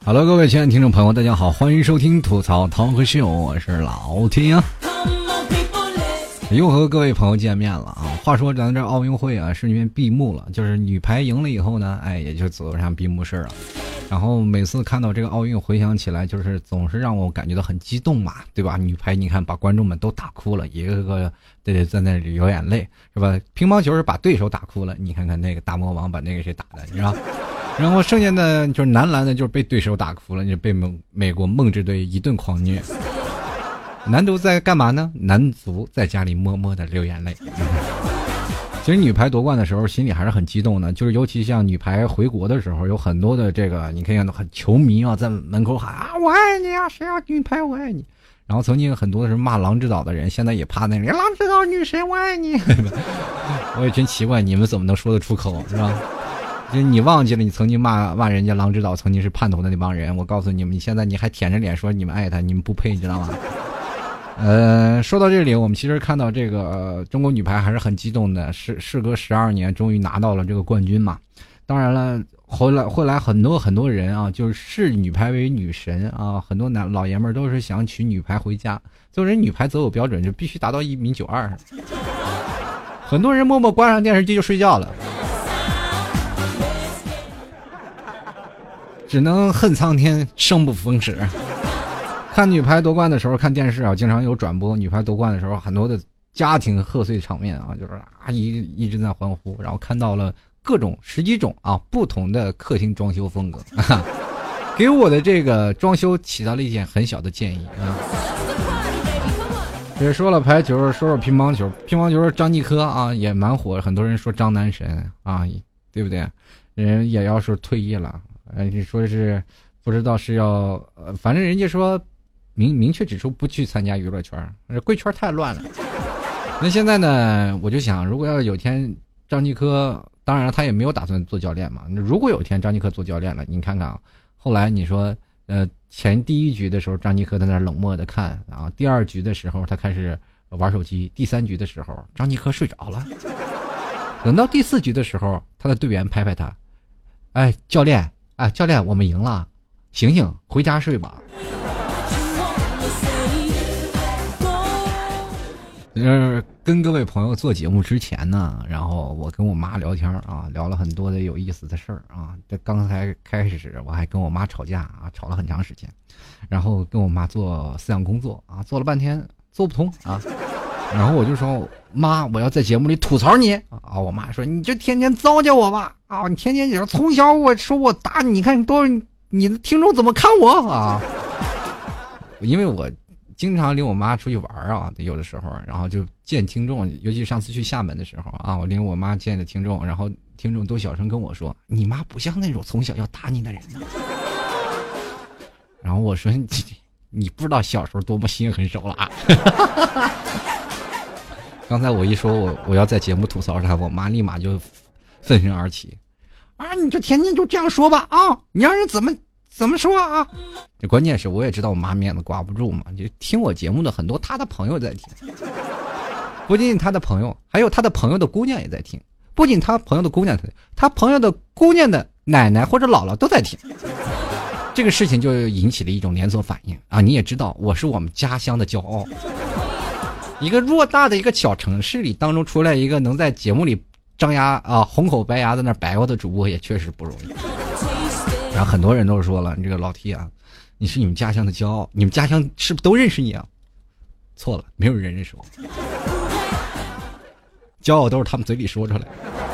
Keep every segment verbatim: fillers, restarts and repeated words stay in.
Hello， 各位亲爱的听众朋友，大家好，欢迎收听吐槽涛和秀，我是老天啊，又和各位朋友见面了啊。话说咱这奥运会啊，顺便闭幕了，就是女排赢了以后呢，哎，也就走上闭幕式了。然后每次看到这个奥运，回想起来，就是总是让我感觉到很激动嘛，对吧？女排你看把观众们都打哭了，一个个得在那里流眼泪，是吧？乒乓球是把对手打哭了，你看看那个大魔王把那个谁打的，你知道？然后剩下的就是男篮的，就是被对手打哭了，就被美美国梦之队一顿狂虐。男足在干嘛呢？男足在家里默默的流眼泪。其实女排夺冠的时候，心里还是很激动的，就是尤其像女排回国的时候，有很多的这个，你可以看到很球迷啊，在门口喊啊“我爱你啊，谁要女排我爱你”。然后曾经很多的是骂郎指导的人，现在也怕那里郎指导女神我爱你。我也真奇怪，你们怎么能说得出口，是吧？就你忘记了你曾经骂骂人家郎指导曾经是叛徒的那帮人，我告诉你们，你现在你还舔着脸说你们爱他，你们不配，你知道吗？呃，说到这里，我们其实看到这个、呃、中国女排还是很激动的，事事隔十二年，终于拿到了这个冠军嘛。当然了，后来后来很多很多人啊，就是视女排为女神啊，很多男老爷们都是想娶女排回家。做人女排择偶标准就必须达到一米九二，很多人默默关上电视机就睡觉了。只能恨苍天生不逢时。看女排夺冠的时候，看电视啊，经常有转播。女排夺冠的时候，很多的家庭贺岁场面啊，就是啊一一直在欢呼，然后看到了各种十几种啊不同的客厅装修风格，啊、给我的这个装修起到了一点很小的建议啊。别说了排球，说说乒乓球，乒乓球张继科啊也蛮火，很多人说张男神啊，对不对？人也要是退役了。呃，你说是不知道是要，呃，反正人家说明明确指出不去参加娱乐圈，贵圈太乱了。那现在呢，我就想，如果要有天张继科，当然他也没有打算做教练嘛。如果有一天张继科做教练了，你看看啊，后来你说，呃，前第一局的时候张继科在那冷漠的看啊，第二局的时候他开始玩手机，第三局的时候张继科睡着了，等到第四局的时候，他的队员拍拍他，哎，教练。啊，教练，我们赢了，醒醒，回家睡吧。呃，跟各位朋友做节目之前呢，然后我跟我妈聊天啊，聊了很多的有意思的事儿啊。这刚才开始我还跟我妈吵架啊，吵了很长时间，然后跟我妈做思想工作啊，做了半天做不通啊。然后我就说妈，我要在节目里吐槽你啊！我妈说你就天天糟践我吧啊！你天天就是从小我说我打你，你看多你的听众怎么看我啊？因为我经常领我妈出去玩啊，有的时候，然后就见听众，尤其上次去厦门的时候啊，我领我妈见的听众，然后听众都小声跟我说，你妈不像那种从小要打你的人呢。然后我说你你不知道小时候多么心狠手辣。刚才我一说我我要在节目吐槽他，我妈立马就奋身而起，啊，你就天天就这样说吧啊，你让人怎么怎么说啊？这关键是我也知道我妈面子挂不住嘛，就听我节目的很多她的朋友在听，不仅她的朋友，还有她的朋友的姑娘也在听，不仅她朋友的姑娘，她朋友的姑娘的奶奶或者姥姥都在听。这个事情就引起了一种连锁反应啊！你也知道，我是我们家乡的骄傲。一个偌大的一个小城市里当中出来一个能在节目里张牙啊红口白牙在那白话的主播也确实不容易。然后很多人都说了，你这个老 T 啊，你是你们家乡的骄傲，你们家乡是不是都认识你啊？错了，没有人认识我，骄傲都是他们嘴里说出来。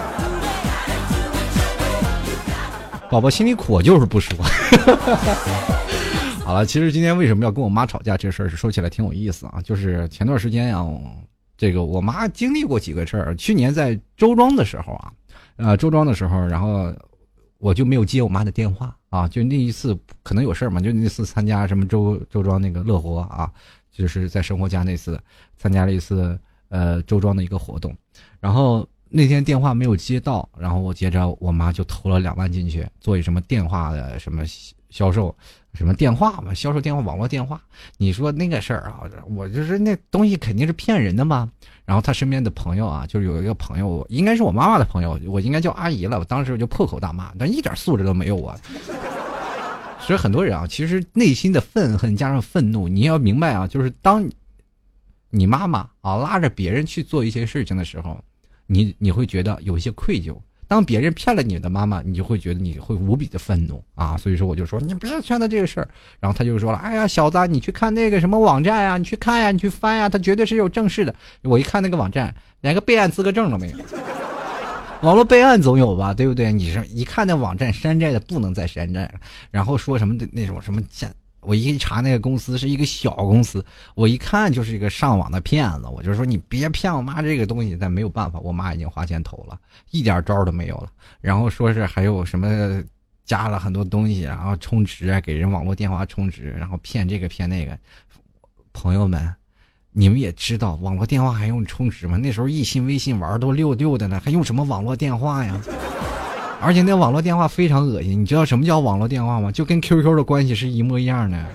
宝宝心里苦，我就是不说。好了，其实今天为什么要跟我妈吵架这事儿，说起来挺有意思啊。就是前段时间啊，这个我妈经历过几个事儿。去年在周庄的时候啊，呃，周庄的时候，然后我就没有接我妈的电话啊。就那一次可能有事儿嘛，就那次参加什么周周庄那个乐活啊，就是在生活家那次参加了一次呃周庄的一个活动，然后那天电话没有接到，然后我接着我妈就投了两万进去做一什么电话的什么销售，什么电话嘛，销售电话，网络电话。你说那个事儿啊，我就是那东西肯定是骗人的嘛。然后他身边的朋友啊，就是有一个朋友，应该是我妈妈的朋友，我应该叫阿姨了。我当时就破口大骂，但一点素质都没有我。 所以很多人啊，其实内心的愤恨加上愤怒，你要明白啊，就是当你妈妈啊拉着别人去做一些事情的时候，你你会觉得有一些愧疚。当别人骗了你的妈妈，你就会觉得你会无比的愤怒啊！所以说我就说你不要劝他这个事儿，然后他就说了，哎呀小子，你去看那个什么网站啊，你去看呀、啊，你去翻呀、啊，他绝对是有正式的。我一看那个网站，连个备案资格证都没有。网络备案总有吧，对不对？你是一看那网站山寨的不能再山寨了，然后说什么的那种什么现。我一查那个公司是一个小公司，我一看就是一个上网的骗子，我就说你别骗我妈这个东西，但没有办法，我妈已经花钱投了，一点招都没有了。然后说是还有什么加了很多东西，然后充值啊，给人网络电话充值，然后骗这个骗那个。朋友们，你们也知道网络电话还用充值吗？那时候易信微信玩都溜溜的呢，还用什么网络电话呀？而且那网络电话非常恶心，你知道什么叫网络电话吗？就跟 Q Q 的关系是一模一样的。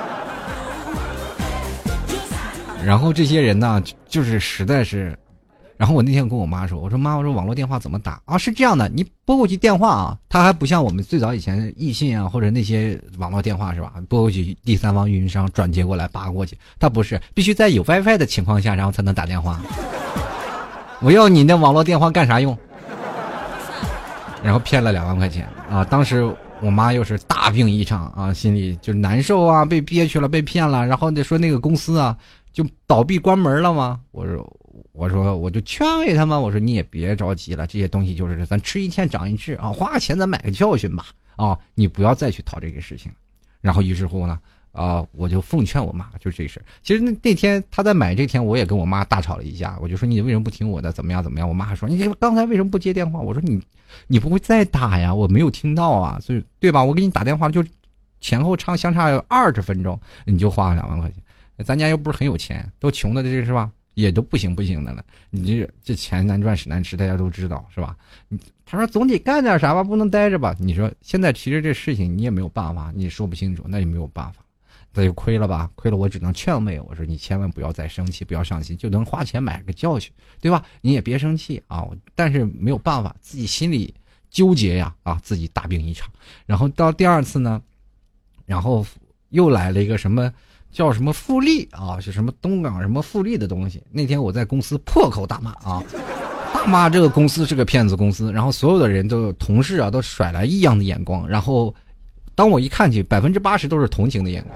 然后这些人呢，就是实在是，然后我那天跟我妈说，我说妈，我说网络电话怎么打啊？是这样的，你拨过去电话啊，它还不像我们最早以前易信啊或者那些网络电话是吧？拨过去第三方运营商转接过来拔过去，它不是，必须在有 WiFi 的情况下，然后才能打电话。我要你那网络电话干啥用？然后骗了两万块钱啊！当时我妈又是大病一场啊，心里就难受啊，被憋屈了，被骗了。然后得说那个公司啊，就倒闭关门了吗？我说，我说我就劝慰他们，我说你也别着急了，这些东西就是咱吃一堑长一智啊，花钱咱买个教训吧啊，你不要再去讨这个事情。然后于是乎呢。啊、呃，我就奉劝我妈，就这事儿。其实那那天她在买这天，我也跟我妈大吵了一架。我就说你为什么不听我的？怎么样怎么样？我妈还说你刚才为什么不接电话？我说你你不会再打呀？我没有听到啊，所以对吧？我给你打电话就前后差相差有二十分钟，你就花了两万块钱。咱家又不是很有钱，都穷的这是吧？也都不行不行的了。你这这钱难赚屎难吃，大家都知道是吧？你他说总得干点啥吧，不能待着吧？你说现在其实这事情你也没有办法，你说不清楚，那也没有办法。那就亏了吧，亏了我只能劝慰，我说你千万不要再生气，不要伤心，就能花钱买个教训，对吧？你也别生气啊，但是没有办法，自己心里纠结呀，啊，自己大病一场。然后到第二次呢，然后又来了一个什么叫什么复利啊，是什么东港什么复利的东西。那天我在公司破口大骂啊，大骂这个公司是个骗子公司，然后所有的人都同事啊都甩来异样的眼光，然后当我一看去，百分之八十都是同情的眼光。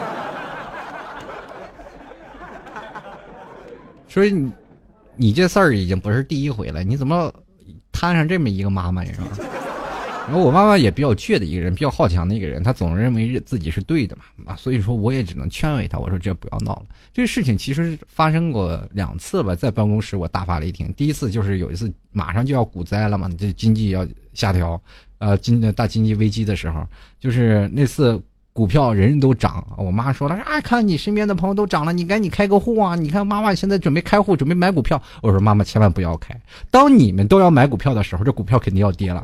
所以你你这事儿已经不是第一回了，你怎么摊上这么一个妈妈呀？然后我妈妈也比较倔的一个人，比较好强的一个人，她总认为自己是对的嘛，啊，所以说我也只能劝慰她，我说这不要闹了。这个事情其实发生过两次吧，在办公室我大发雷霆。第一次就是有一次马上就要股灾了嘛，这经济要下调，呃，经大经济危机的时候，就是那次股票人人都涨，我妈说了啊，看你身边的朋友都涨了，你赶紧开个户啊！你看妈妈现在准备开户，准备买股票。我说妈妈千万不要开，当你们都要买股票的时候，这股票肯定要跌了。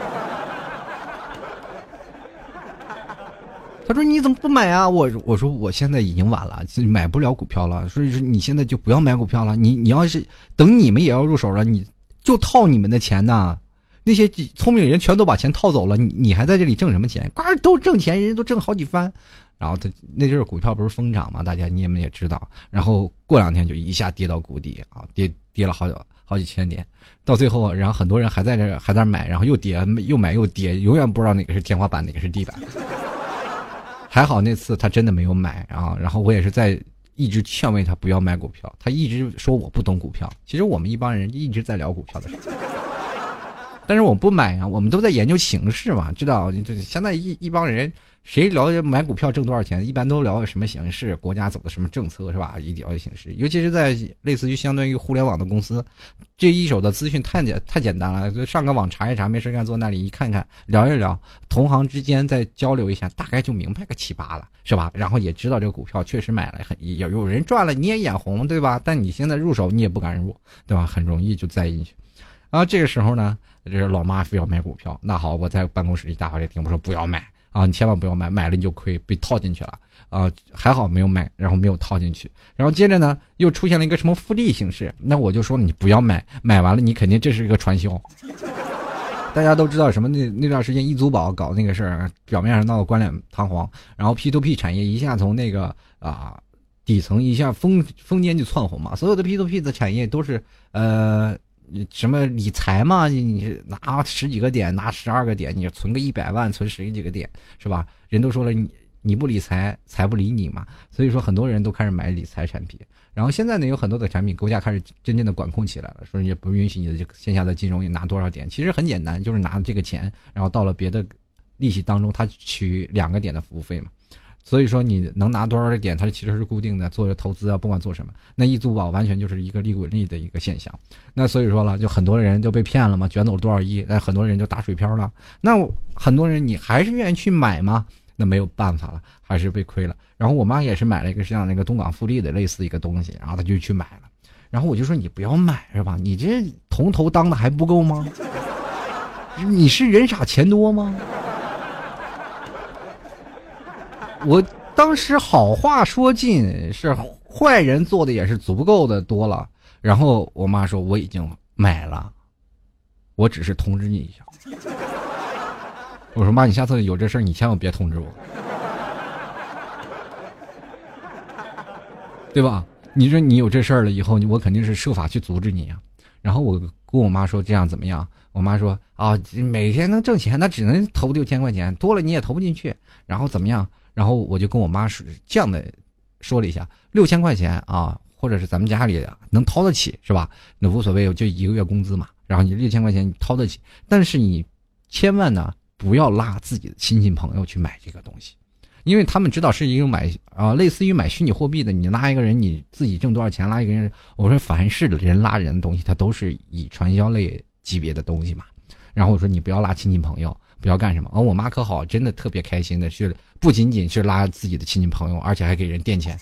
他说你怎么不买啊？我我说我现在已经晚了，买不了股票了，所以说你现在就不要买股票了。你你要是等你们也要入手了，你就套你们的钱呐。那些聪明人全都把钱套走了，你你还在这里挣什么钱？呱都挣钱，人家都挣好几番。然后他那阵儿股票不是疯涨嘛，大家你们也知道。然后过两天就一下跌到谷底啊，跌跌了好几好几千点，到最后，然后很多人还在这还在买，然后又跌又买又跌，永远不知道哪个是天花板，哪个是地板。还好那次他真的没有买啊，然后我也是在一直劝慰他不要买股票，他一直说我不懂股票。其实我们一帮人一直在聊股票的事，但是我不买啊，我们都在研究形势嘛，知道这现在一一帮人谁了解买股票挣多少钱，一般都聊什么形势，国家走的什么政策是吧？一了解形势，尤其是在类似于相当于互联网的公司，这一手的资讯太简太简单了，就上个网查一查，没事干坐那里一看看，聊一聊，同行之间再交流一下，大概就明白个七八了，是吧？然后也知道这个股票确实买了，很有有人赚了，你也眼红，对吧？但你现在入手你也不敢入，对吧？很容易就栽进去。然后这个时候呢，这是老妈非要买股票，那好，我在办公室里大发雷霆，我说不要买啊，你千万不要买，买了你就亏，被套进去了啊！还好没有买，然后没有套进去。然后接着呢，又出现了一个什么复利形式，那我就说你不要买，买完了你肯定这是一个传销， 大家都知道什么那那段时间易租宝搞那个事儿，表面上闹得冠冕堂皇，然后 P to P 产业一下从那个啊底层一下疯疯癫就窜红嘛，所有的 P to P 的产业都是呃什么理财嘛，你你拿十几个点，拿十二个点，你存个一百万，存十几个点是吧？人都说了你。你不理财，财不理你嘛，所以说很多人都开始买理财产品。然后现在呢，有很多的产品，国家开始真正的管控起来了，说也不允许你的这个线下的金融你拿多少点。其实很简单，就是拿这个钱，然后到了别的利息当中，它取两个点的服务费嘛。所以说你能拿多少个点，它其实是固定的，做投资啊，不管做什么，那易租宝完全就是一个利滚利的一个现象。那所以说了，就很多人就被骗了嘛，卷走了多少亿，那很多人就打水漂了。那很多人你还是愿意去买吗？那没有办法了，还是被亏了。然后我妈也是买了一个像那个东港复利的类似一个东西，然后她就去买了。然后我就说你不要买是吧？你这从头当的还不够吗？你是人傻钱多吗？我当时好话说尽，是坏人做的也是足够的多了。然后我妈说我已经买了，我只是通知你一下。我说妈，你下次有这事儿你千万别通知我，对吧？你说你有这事儿了以后，我肯定是设法去阻止你呀、啊。然后我跟我妈说这样怎么样？我妈说啊，每天能挣钱，那只能投六千块钱，多了你也投不进去。然后怎么样？然后我就跟我妈说这样的说了一下，六千块钱啊，或者是咱们家里能掏得起是吧？那无所谓，就一个月工资嘛。然后你六千块钱你掏得起，但是你千万呢。不要拉自己的亲戚朋友去买这个东西，因为他们知道是一种买啊，类似于买虚拟货币的。你拉一个人，你自己挣多少钱，拉一个人，我说凡是人拉人的东西，它都是以传销类级别的东西嘛。然后我说你不要拉亲戚朋友，不要干什么。而、哦、我妈可好，真的特别开心的是，不仅仅是拉自己的亲戚朋友，而且还给人垫钱。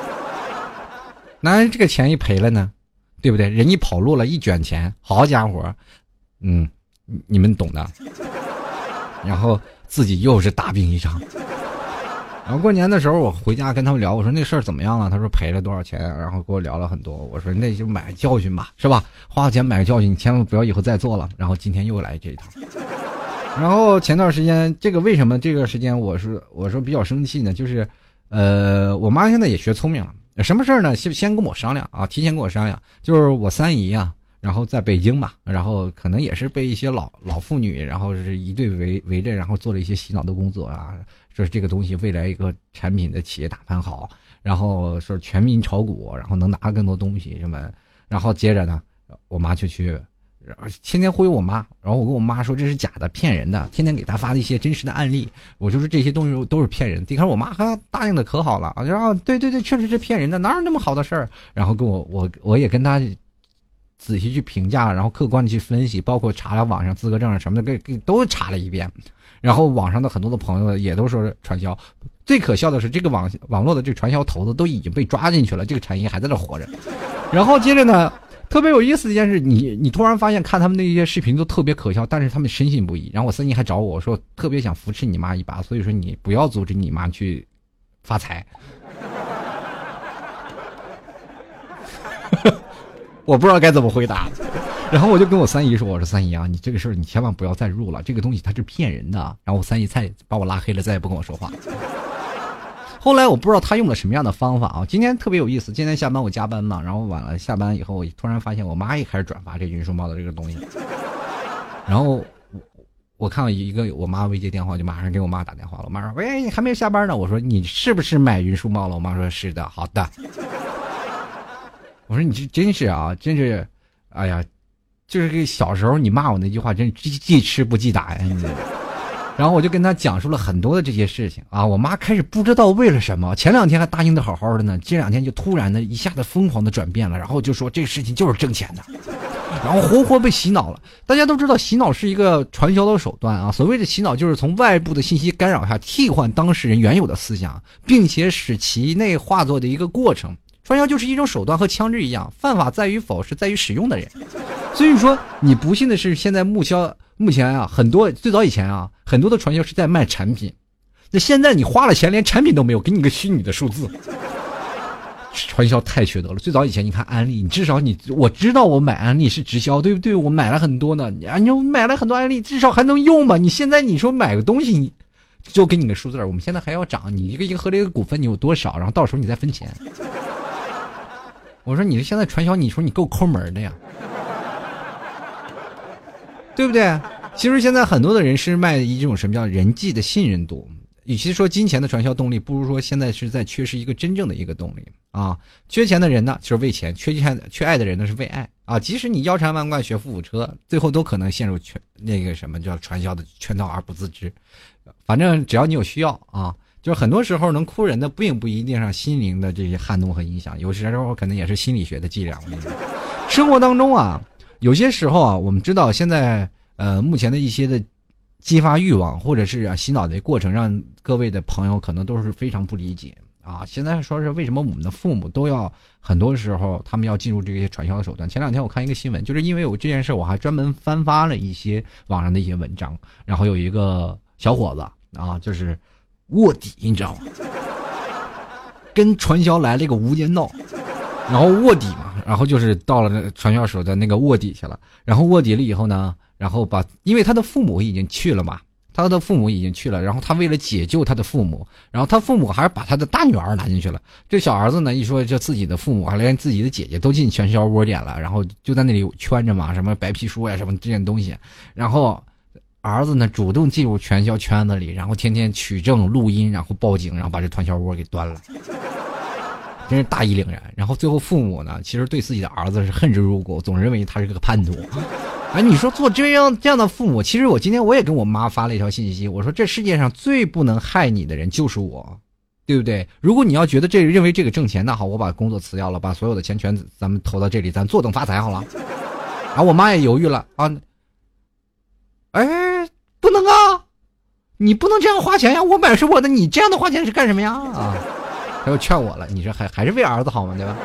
那这个钱一赔了呢，对不对？人一跑路了，一卷钱，好家伙，嗯，你们懂的。然后自己又是大病一场。然后过年的时候我回家跟他们聊，我说那事儿怎么样了？他说赔了多少钱，然后给我聊了很多。我说那就买个教训吧，是吧？花钱买个教训，你千万不要以后再做了。然后今天又来这一套。然后前段时间这个为什么这个时间我是我说比较生气呢？就是呃我妈现在也学聪明了，什么事儿呢？先先跟我商量啊，提前跟我商量，就是我三姨啊。然后在北京嘛，然后可能也是被一些老老妇女，然后是一对围围着，然后做了一些洗脑的工作啊，说这个东西未来一个产品的企业打盘好，然后说全民炒股，然后能拿更多东西什么，然后接着呢，我妈就去，天天忽悠我妈，然后我跟我妈说这是假的，骗人的，天天给她发的一些真实的案例，我就说这些东西都是骗人的。一开始我妈还答应的可好了，然后对对对，确实是骗人的，哪有那么好的事儿？然后跟我我我也跟她。仔细去评价，然后客观的去分析，包括查了网上资格证什么的，给给都查了一遍。然后网上的很多的朋友也都说传销。最可笑的是，这个网网络的这个传销头子都已经被抓进去了，这个产业还在那活着。然后接着呢，特别有意思的一件事，你你突然发现看他们那些视频都特别可笑，但是他们深信不疑。然后我三姨还找我说，特别想扶持你妈一把，所以说你不要阻止你妈去发财。我不知道该怎么回答，然后我就跟我三姨说：“我说三姨啊，你这个事儿你千万不要再入了，这个东西它是骗人的。”然后我三姨再把我拉黑了，再也不跟我说话。后来我不知道他用了什么样的方法啊，今天特别有意思。今天下班我加班嘛，然后晚了下班以后，我突然发现我妈也开始转发这云书猫的这个东西，然后我我看到一个我妈未接电话，就马上给我妈打电话了。我妈说：“喂，你还没有下班呢？”我说：“你是不是买云书猫了？”我妈说：“是的。”好的。我说你这真是啊，真是，哎呀，就是个小时候你骂我那句话，真记记吃不记打呀。然后我就跟他讲述了很多的这些事情啊，我妈开始不知道为了什么，前两天还答应的好好的呢，这两天就突然的一下子疯狂的转变了，然后就说这个事情就是挣钱的，然后活活被洗脑了。大家都知道洗脑是一个传销的手段啊，所谓的洗脑就是从外部的信息干扰下替换当事人原有的思想，并且使其内化作的一个过程。传销就是一种手段，和枪支一样，犯法在于否，是在于使用的人。所以说你不信的是，现在目销目前啊，很多最早以前啊，很多的传销是在卖产品，那现在你花了钱连产品都没有，给你个虚拟的数字， 传销太缺德了。最早以前你看安利，你至少你我知道我买安利是直销，对不对？我买了很多呢，啊，你买了很多安利，至少还能用吗？你现在你说买个东西，你就给你个数字，我们现在还要涨，你一个银河的一个股份你有多少，然后到时候你再分钱。我说你现在传销，你说你够抠门的呀，对不对？其实现在很多的人是卖一种什么叫人际的信任度。与其说金钱的传销动力，不如说现在是在缺失一个真正的一个动力啊！缺钱的人呢，就是为钱；缺钱、缺爱的人呢，是为爱啊！即使你腰缠万贯、学富五车，最后都可能陷入圈那个什么叫传销的圈套而不自知。反正只要你有需要啊，就是很多时候能哭人的，并不一定是心灵的这些撼动和影响，有时候可能也是心理学的伎俩。生活当中啊，有些时候啊，我们知道现在呃目前的一些的激发欲望或者是啊洗脑的过程，让各位的朋友可能都是非常不理解啊。现在说是为什么我们的父母都要很多时候他们要进入这些传销的手段。前两天我看一个新闻，就是因为有这件事，我还专门翻发了一些网上的一些文章，然后有一个小伙子啊，就是卧底，你知道吗？跟传销来了一个无间道，然后卧底嘛，然后就是到了传销手的那个卧底去了，然后卧底了以后呢，然后把，因为他的父母已经去了嘛，他的父母已经去了，然后他为了解救他的父母，然后他父母还是把他的大女儿拿进去了。这小儿子呢，一说就自己的父母还连自己的姐姐都进传销窝点了，然后就在那里圈着嘛，什么白皮书呀什么这件东西，然后儿子呢主动进入传销圈子里，然后天天取证录音，然后报警，然后把这传销窝给端了。真是大义凛然。然后最后父母呢，其实对自己的儿子是恨之入骨，总认为他是个叛徒。哎，你说做这样这样的父母，其实我今天我也跟我妈发了一条信息，我说这世界上最不能害你的人就是我，对不对？如果你要觉得这认为这个挣钱，那好，我把工作辞掉了，把所有的钱全咱们投到这里，咱坐等发财好了。然后我妈也犹豫了啊，哎，不能啊，你不能这样花钱呀，我买是我的，你这样的花钱是干什么呀？啊，他又劝我了，你说还还是为儿子好吗？对吧？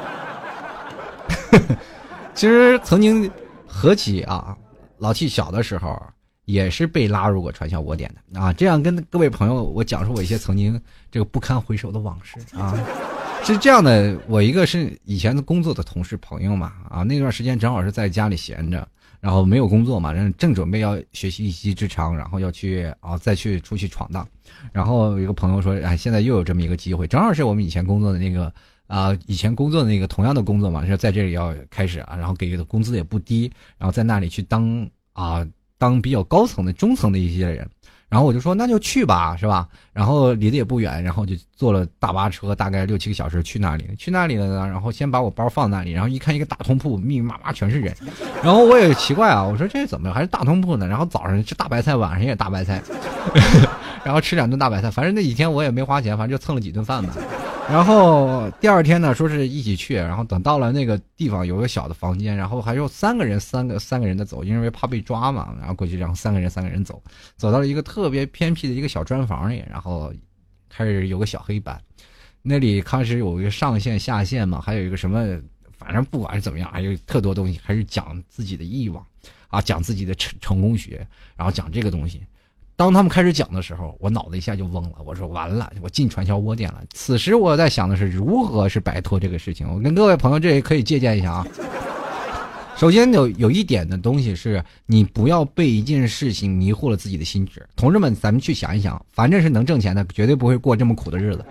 其实曾经何其啊，老七小的时候也是被拉入过传销窝点的啊。这样跟各位朋友我讲述我一些曾经这个不堪回首的往事啊。是这样的，我一个是以前的工作的同事朋友嘛啊，那段时间正好是在家里闲着，然后没有工作嘛，正准备要学习一技之长，然后要去啊再去出去闯荡。然后有一个朋友说，哎，现在又有这么一个机会，正好是我们以前工作的那个啊、呃，以前工作的那个同样的工作嘛，是在这里要开始啊，然后给的工资也不低，然后在那里去当啊当比较高层的中层的一些人。然后我就说那就去吧，是吧？然后离得也不远，然后就坐了大巴车，大概六七个小时去那里。去那里了呢，然后先把我包放那里，然后一看一个大通铺，密密麻麻全是人。然后我也奇怪啊，我说这怎么还是大通铺呢？然后早上吃大白菜，晚上也大白菜，然后吃两顿大白菜。反正那几天我也没花钱，反正就蹭了几顿饭吧。然后第二天呢，说是一起去，然后等到了那个地方有个小的房间，然后还有三个人三个三个人的走，因为怕被抓嘛，然后过去，然后三个人三个人走，走到了一个特别偏僻的一个小砖房里，然后开始有个小黑板，那里开始有一个上线下线嘛，还有一个什么，反正不管是怎么样，还有特多东西，还是讲自己的欲望啊，讲自己的成成功学，然后讲这个东西。当他们开始讲的时候，我脑子一下就懵了，我说完了，我进传销窝点了。此时我在想的是如何是摆脱这个事情。我跟各位朋友这也可以借鉴一下啊。首先有有一点的东西是，你不要被一件事情迷惑了自己的心智。同志们，咱们去想一想，反正是能挣钱的，绝对不会过这么苦的日子。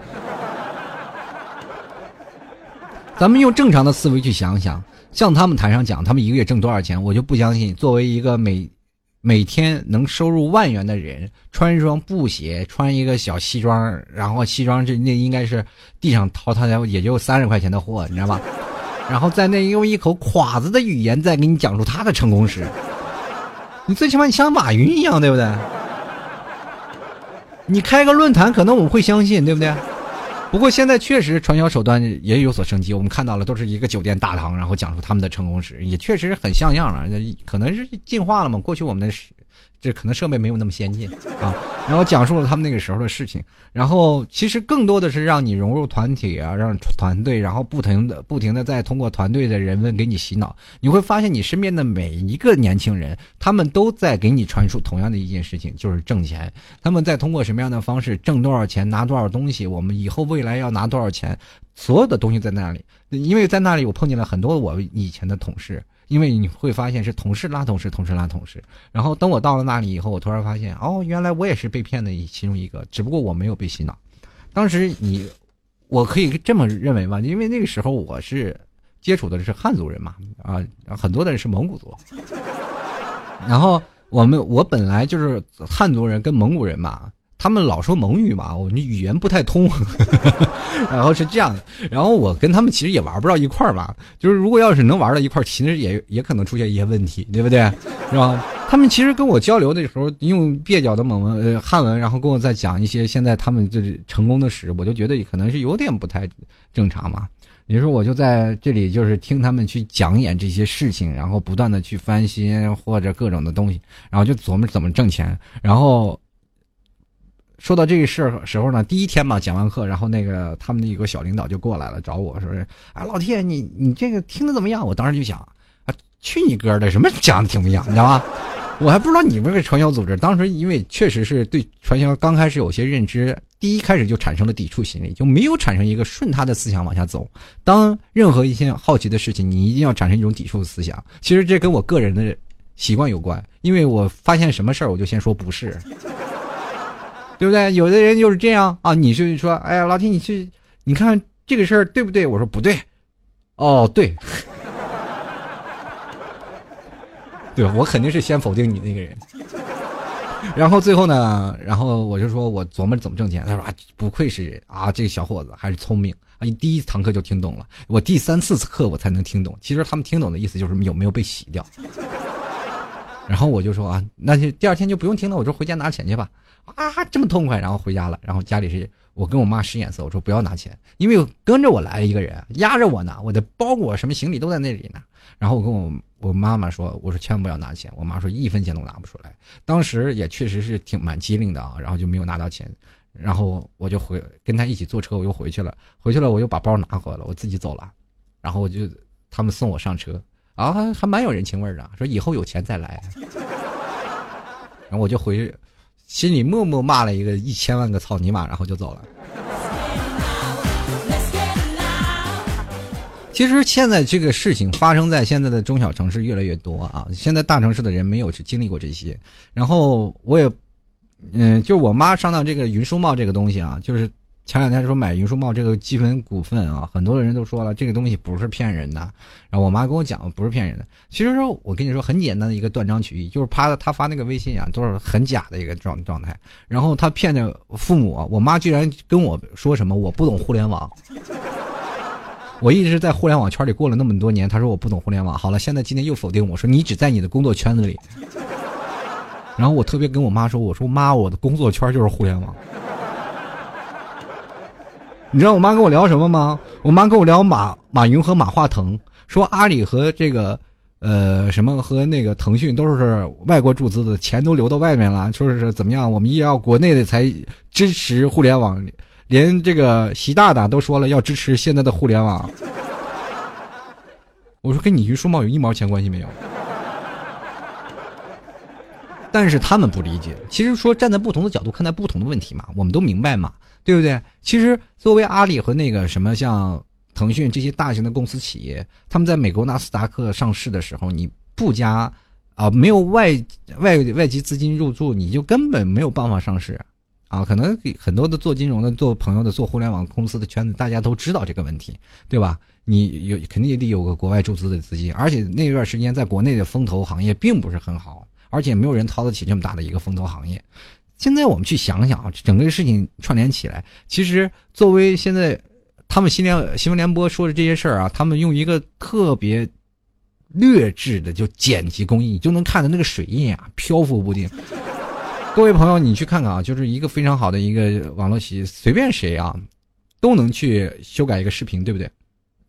咱们用正常的思维去想想，像他们台上讲他们一个月挣多少钱，我就不相信作为一个每每天能收入万元的人，穿一双布鞋，穿一个小西装，然后西装这那应该是地上淘汰的，也就三十块钱的货，你知道吧？然后在那用一口侉子的语言再给你讲述他的成功史，你最起码你像马云一样，对不对？你开个论坛，可能我们会相信，对不对？不过现在确实传销手段也有所升级，我们看到了都是一个酒店大堂，然后讲述他们的成功史，也确实很像样了，可能是进化了嘛。过去我们的这可能设备没有那么先进啊。然后讲述了他们那个时候的事情，然后其实更多的是让你融入团体啊，让团队，然后不停的不停的在通过团队的人们给你洗脑。你会发现你身边的每一个年轻人，他们都在给你传输同样的一件事情，就是挣钱。他们在通过什么样的方式挣多少钱，拿多少东西，我们以后未来要拿多少钱，所有的东西在那里。因为在那里我碰见了很多我以前的同事，因为你会发现是同事拉同事，同事拉同事。然后等我到了那里以后，我突然发现，哦，原来我也是被骗的其中一个，只不过我没有被洗脑。当时你，我可以这么认为吧，因为那个时候我是接触的是汉族人嘛，啊，很多的人是蒙古族。然后我们我本来就是汉族人跟蒙古人嘛。他们老说蒙语嘛，我们语言不太通，然后是这样的，然后我跟他们其实也玩不到一块儿吧，就是如果要是能玩到一块儿，其实也也可能出现一些问题，对不对？是吧？他们其实跟我交流的时候，用蹩脚的蒙文、呃汉文，然后跟我在讲一些现在他们就是成功的史，我就觉得可能是有点不太正常嘛。你说我就在这里就是听他们去讲演这些事情，然后不断的去翻新或者各种的东西，然后就琢磨怎么挣钱，然后。说到这个事儿时候呢，第一天嘛讲完课，然后那个他们的一个小领导就过来了找我说：“啊，老铁，你你这个听的怎么样？”我当时就想啊，去你哥的，什么讲的挺不一样，你知道吗？我还不知道你们这个传销组织，当时因为确实是对传销刚开始有些认知，第一开始就产生了抵触心理，就没有产生一个顺他的思想往下走。当任何一件好奇的事情，你一定要产生一种抵触的思想。其实这跟我个人的习惯有关，因为我发现什么事儿我就先说不是。对不对？有的人就是这样啊，你就说，哎呀，老铁，你去，你看这个事儿对不对？我说不对，哦，对，对，我肯定是先否定你那个人。然后最后呢，然后我就说我琢磨怎么挣钱。他说啊，不愧是啊，这个小伙子还是聪明啊！你第一堂课就听懂了，我第三次课我才能听懂。其实他们听懂的意思就是有没有被洗掉。然后我就说啊，那就第二天就不用听了，我说回家拿钱去吧。啊，这么痛快，然后回家了。然后家里是我跟我妈使眼色，我说不要拿钱，因为跟着我来了一个人，压着我呢，我的包裹什么行李都在那里呢。然后我跟我我妈妈说，我说千万不要拿钱。我妈说一分钱都拿不出来。当时也确实是挺蛮机灵的啊，然后就没有拿到钱。然后我就回跟他一起坐车，我又回去了。回去了我又把包拿回来了，我自己走了。然后我就他们送我上车啊，还还蛮有人情味的，说以后有钱再来。然后我就回去。心里默默骂了一个一千万个操你妈，然后就走了。其实现在这个事情发生在现在的中小城市越来越多啊，现在大城市的人没有去经历过这些。然后我也，嗯，就我妈上到这个云书贸这个东西啊，就是前两天说买云书贸这个积分股份啊，很多人都说了这个东西不是骗人的。然后我妈跟我讲不是骗人的。其实说我跟你说很简单的一个断章取义，就是他他发那个微信啊，都是很假的一个状状态。然后他骗着父母啊，我妈居然跟我说什么我不懂互联网。我一直在互联网圈里过了那么多年，他说我不懂互联网。好了，现在今天又否定我说你只在你的工作圈子里。然后我特别跟我妈说，我说妈，我的工作圈就是互联网。你知道我妈跟我聊什么吗？我妈跟我聊马马云和马化腾，说阿里和这个呃什么和那个腾讯都是外国注资的，钱都流到外面了，说是怎么样，我们也要国内的才支持互联网，连这个习大大都说了要支持现在的互联网。我说跟你云书贸有一毛钱关系没有。但是他们不理解，其实说站在不同的角度看待不同的问题嘛，我们都明白嘛，对不对？其实作为阿里和那个什么像腾讯这些大型的公司企业，他们在美国纳斯达克上市的时候，你不加啊、呃、没有外外外籍资金入驻，你就根本没有办法上市啊。可能很多的做金融的、做朋友的、做互联网公司的圈子，大家都知道这个问题，对吧？你有肯定也得有个国外注资的资金，而且那段时间在国内的风投行业并不是很好。而且没有人掏得起这么大的一个风投行业。现在我们去想想啊，整个事情串联起来，其实作为现在他们新联新闻联播说的这些事儿啊，他们用一个特别劣质的就剪辑工艺，你就能看到那个水印啊漂浮不定。各位朋友，你去看看啊，就是一个非常好的一个网络企业，随便谁啊都能去修改一个视频，对不对？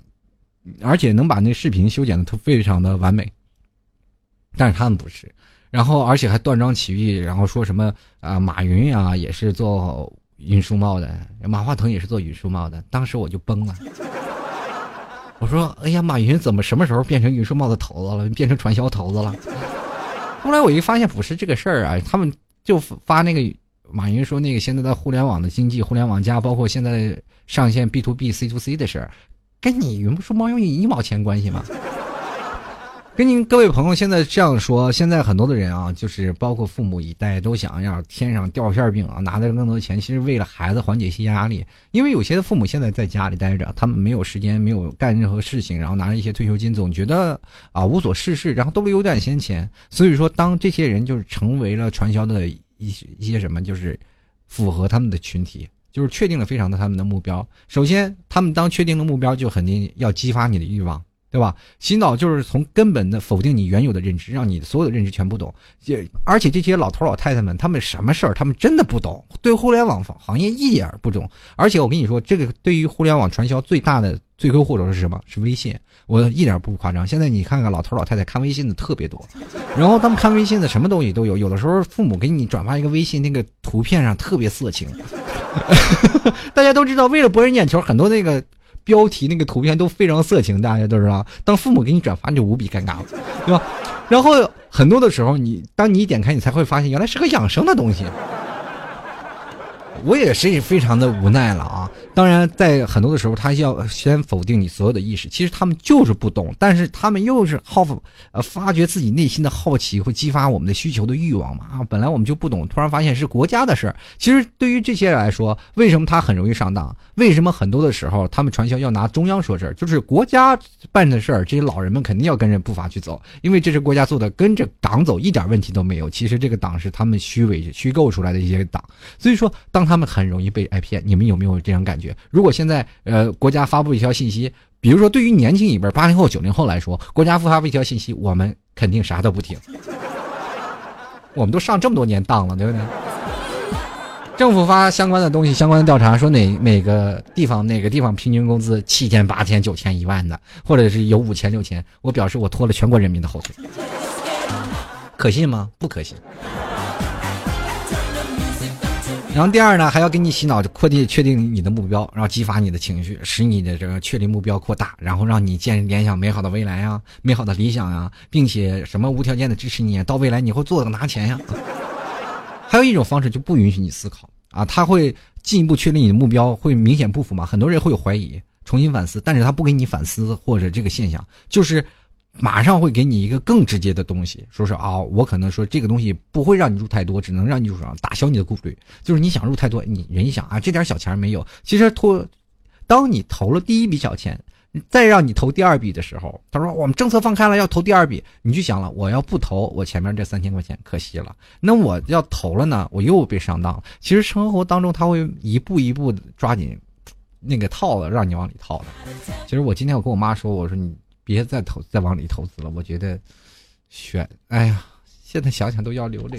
而且能把那视频修剪的非常的完美。但是他们不是。 然后而且还断章取义，然后说什么啊、呃、马云啊也是做运输贸的，马化腾也是做运输贸的，当时我就崩了。我说哎呀，马云怎么什么时候变成运输贸的头子了，变成传销头子了？后来我一发现不是这个事儿啊，他们就发那个马云说那个现在的互联网的经济，互联网加包括现在上线 B to B C to C 的事儿，跟你运输贸有一毛钱关系吗？跟您各位朋友现在这样说，现在很多的人啊，就是包括父母一代都想要天上掉馅饼啊，拿着更多的钱，其实为了孩子缓解一些压力。因为有些父母现在在家里待着，他们没有时间，没有干任何事情，然后拿着一些退休金，总觉得啊无所事事，然后兜里有点闲钱。所以说，当这些人就是成为了传销的一些一些什么，就是符合他们的群体。就是确定了非常的他们的目标。首先，他们当确定的目标，就肯定要激发你的欲望。对吧？洗脑就是从根本的否定你原有的认知，让你所有的认知全不懂。而且这些老头老太太们，他们什么事儿他们真的不懂，对互联网行业一点不懂。而且我跟你说，这个对于互联网传销最大的罪魁祸首是什么？是微信。我一点不夸张。现在你看看老头老太太看微信的特别多，然后他们看微信的什么东西都有。有的时候父母给你转发一个微信，那个图片上特别色情。大家都知道，为了博人眼球，很多那个标题那个图片都非常色情，大家都知道。当父母给你转发，你就无比尴尬了，对吧？然后很多的时候，你当你一点开，你才会发现原来是个养生的东西。我也是非常的无奈了啊！当然，在很多的时候，他要先否定你所有的意识。其实他们就是不懂，但是他们又是好呃发掘自己内心的好奇，会激发我们的需求的欲望嘛啊！本来我们就不懂，突然发现是国家的事儿。其实对于这些人来说，为什么他很容易上当？为什么很多的时候他们传销要拿中央说事儿？就是国家办的事儿，这些老人们肯定要跟着步伐去走，因为这是国家做的，跟着党走一点问题都没有。其实这个党是他们虚伪虚构出来的一些党，所以说当他们很容易被挨骗。你们有没有这样感觉？如果现在呃国家发布一条信息，比如说对于年轻一辈八零后九零后来说，国家发布一条信息，我们肯定啥都不听。我们都上这么多年当了，对不对？政府发相关的东西，相关的调查说哪每个地方哪个地方平均工资七千八千九千一万的，或者是有五千六千，我表示我拖了全国人民的后腿。可信吗？不可信。然后第二呢，还要给你洗脑，扩地确定你的目标，然后激发你的情绪，使你的这个确定目标扩大，然后让你建联想美好的未来啊，美好的理想啊，并且什么无条件的支持你，到未来你会做的拿钱呀。还有一种方式就不允许你思考啊，他会进一步确定你的目标，会明显不符嘛，很多人会有怀疑，重新反思，但是他不给你反思或者这个现象，就是马上会给你一个更直接的东西，说是啊，我可能说这个东西不会让你入太多，只能让你入少，打消你的顾虑。就是你想入太多，你人一想啊，这点小钱没有，其实投，当你投了第一笔小钱，再让你投第二笔的时候，他说我们政策放开了要投第二笔，你就想了，我要不投，我前面这三千块钱可惜了。那我要投了呢，我又被上当了。其实生活当中他会一步一步的抓紧那个套子，让你往里套的。其实我今天我跟我妈说，我说你别再投再往里投资了，我觉得选，哎呀，现在想想都要流泪。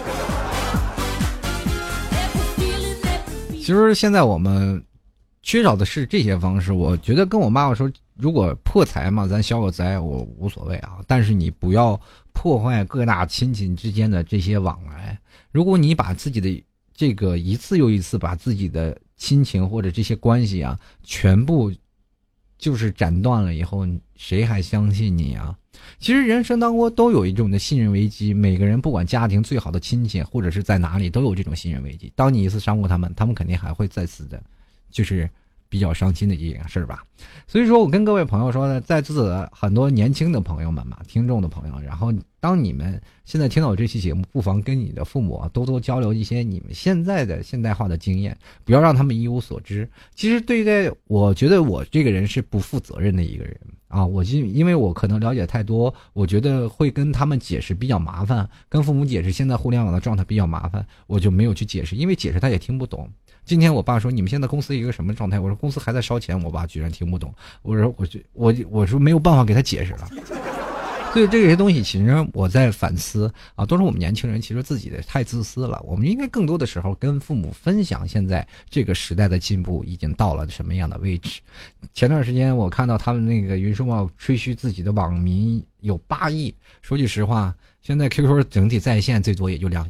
其实现在我们缺少的是这些方式，我觉得跟我妈妈说，如果破财嘛，咱消个灾我无所谓啊，但是你不要破坏各大亲戚之间的这些往来。如果你把自己的这个一次又一次把自己的亲情或者这些关系啊全部就是斩断了以后，谁还相信你啊？其实人生当中都有一种的信任危机，每个人不管家庭最好的亲戚或者是在哪里都有这种信任危机。当你一次伤过他们，他们肯定还会再次的就是比较伤心的一件事吧。所以说我跟各位朋友说呢，在座的很多年轻的朋友们嘛，听众的朋友，然后当你们现在听到我这期节目，不妨跟你的父母啊多多交流一些你们现在的现代化的经验，不要让他们一无所知。其实对待我觉得我这个人是不负责任的一个人啊，我就因为我可能了解太多，我觉得会跟他们解释比较麻烦，跟父母解释现在互联网的状态比较麻烦，我就没有去解释，因为解释他也听不懂。今天我爸说你们现在公司一个什么状态，我说公司还在烧钱，我爸居然听不懂，我说我就我我说没有办法给他解释了。所以这些东西其实我在反思啊，都是我们年轻人其实自己的太自私了，我们应该更多的时候跟父母分享现在这个时代的进步已经到了什么样的位置。前段时间我看到他们那个云书贸吹嘘自己的网民有八亿，说句实话， 现在 Q Q 整体在线最多也就两亿，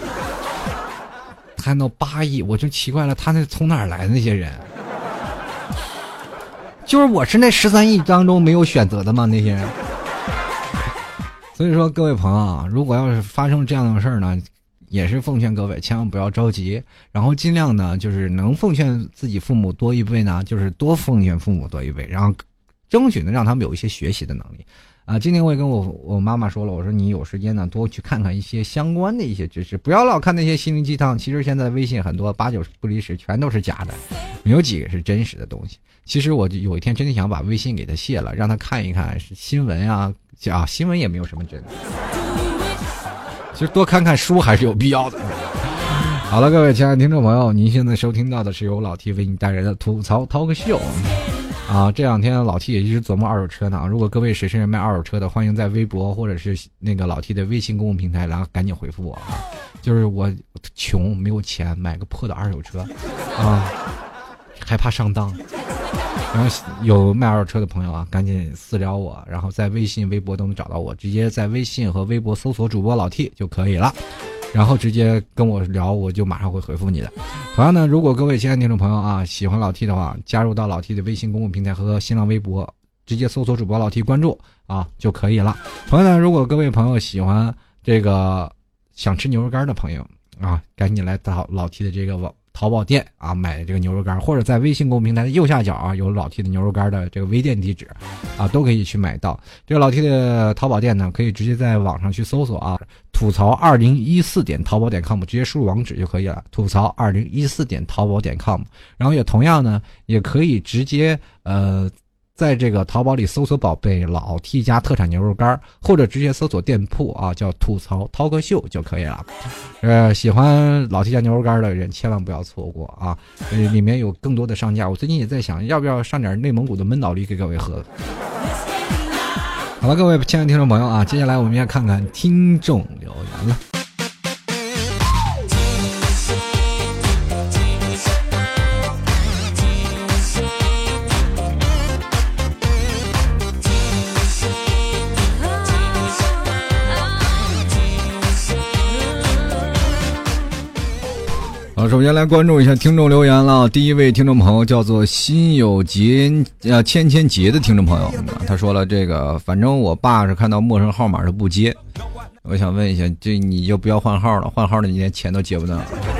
看到八亿，我就奇怪了，他那从哪儿来的那些人？就是我是那十三亿当中没有选择的吗？那些人。所以说，各位朋友啊，如果要是发生这样的事儿呢，也是奉劝各位千万不要着急，然后尽量呢，就是能奉劝自己父母多一辈呢，就是多奉劝父母多一辈，然后争取呢让他们有一些学习的能力。啊，今天我也跟我我妈妈说了，我说你有时间呢多去看看一些相关的一些知识，不要老看那些心灵鸡汤。其实现在微信很多八九不离十，全都是假的，没有几个是真实的东西。其实我有一天真的想把微信给他卸了，让他看一看是新闻啊，啊新闻也没有什么真的。其实多看看书还是有必要的。好了，各位亲爱的听众朋友，您现在收听到的是由老 T 为你带来的吐槽 talk show。啊，这两天老 T 也一直琢磨二手车呢。如果各位谁是卖二手车的，欢迎在微博或者是那个老 T 的微信公共平台，然后赶紧回复我啊。就是我穷没有钱买个破的二手车啊，害怕上当。然后有卖二手车的朋友啊，赶紧私聊我，然后在微信、微博都能找到我，直接在微信和微博搜索主播老 T 就可以了。然后直接跟我聊，我就马上会回复你的。同样呢，如果各位亲爱的听众朋友啊喜欢老 T 的话，加入到老 T 的微信公共平台和新浪微博，直接搜索主播老 T 关注啊就可以了。同样呢，如果各位朋友喜欢这个想吃牛肉干的朋友啊，赶紧来到老 T 的这个网淘宝店啊买这个牛肉干，或者在微信公共平台的右下角啊有老 T 的牛肉干的这个微店地址啊，都可以去买到。这个老 T 的淘宝店呢，可以直接在网上去搜索啊，吐槽二零一四点淘宝点 com， 直接输入网址就可以了，吐槽二零一四点淘宝点 com。然后也同样呢，也可以直接呃。在这个淘宝里搜索宝贝老 T 家特产牛肉干，或者直接搜索店铺啊，叫吐槽涛哥秀就可以了。呃，喜欢老 T 家牛肉干的人千万不要错过啊！呃，里面有更多的上架。我最近也在想，要不要上点内蒙古的闷倒梨给各位喝。好了，各位亲爱的听众朋友啊，接下来我们要看看听众留言了。好，首先来关注一下听众留言了。第一位听众朋友叫做心有结呃千千结的听众朋友，他说了这个，反正我爸是看到陌生号码就不接。我想问一下，这你就不要换号了，换号了你连钱都接不到。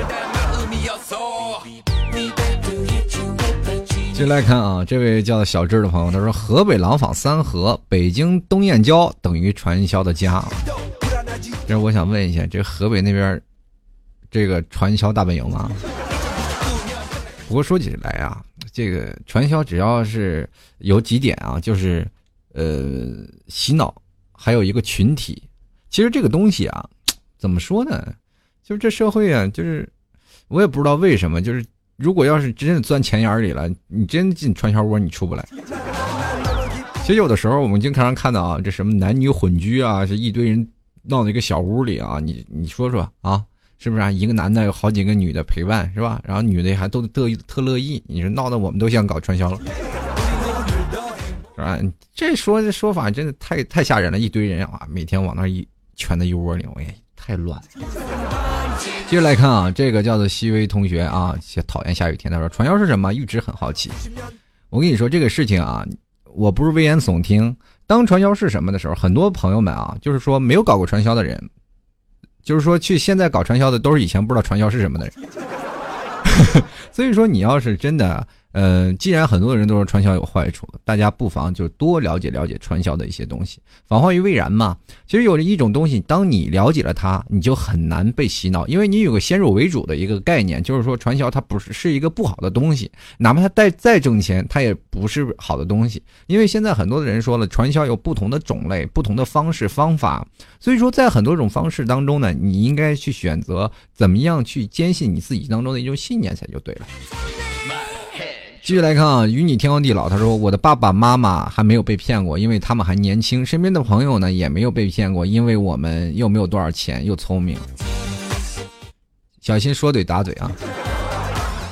接下来看啊，这位叫小智的朋友，他说河北廊坊三河，北京东燕郊等于传销的家。这我想问一下，这河北那边这个传销大本营吗？不过说起来啊，这个传销只要是有几点啊，就是呃洗脑，还有一个群体。其实这个东西啊，怎么说呢？就是这社会啊，就是我也不知道为什么，就是如果要是真的钻钱眼里了，你真进传销窝你出不来。其实有的时候我们经常看到啊，这什么男女混居啊，是一堆人闹到一个小屋里啊，你你说说啊。是不是啊？一个男的有好几个女的陪伴，是吧？然后女的还都特特乐意，你说闹得我们都想搞传销了，是吧？这说这说法真的太太吓人了，一堆人啊，每天往那一圈在一窝里，哎，太乱了。接着来看啊，这个叫做西微同学啊，讨厌下雨天，他说传销是什么？一直很好奇。我跟你说这个事情啊，我不是危言耸听。当传销是什么的时候，很多朋友们啊，就是说没有搞过传销的人。就是说去现在搞传销的都是以前不知道传销是什么的人。所以说你要是真的呃，既然很多人都说传销有坏处，大家不妨就多了解了解传销的一些东西，防患于未然嘛。其实有一种东西，当你了解了它，你就很难被洗脑，因为你有个先入为主的一个概念，就是说传销它不是是一个不好的东西，哪怕它再再挣钱，它也不是好的东西。因为现在很多的人说了，传销有不同的种类、不同的方式方法，所以说在很多种方式当中呢，你应该去选择怎么样去坚信你自己当中的一种信念才就对了。继续来看啊，与你天荒地老，他说我的爸爸妈妈还没有被骗过，因为他们还年轻，身边的朋友呢也没有被骗过，因为我们又没有多少钱又聪明。小心说嘴打嘴啊。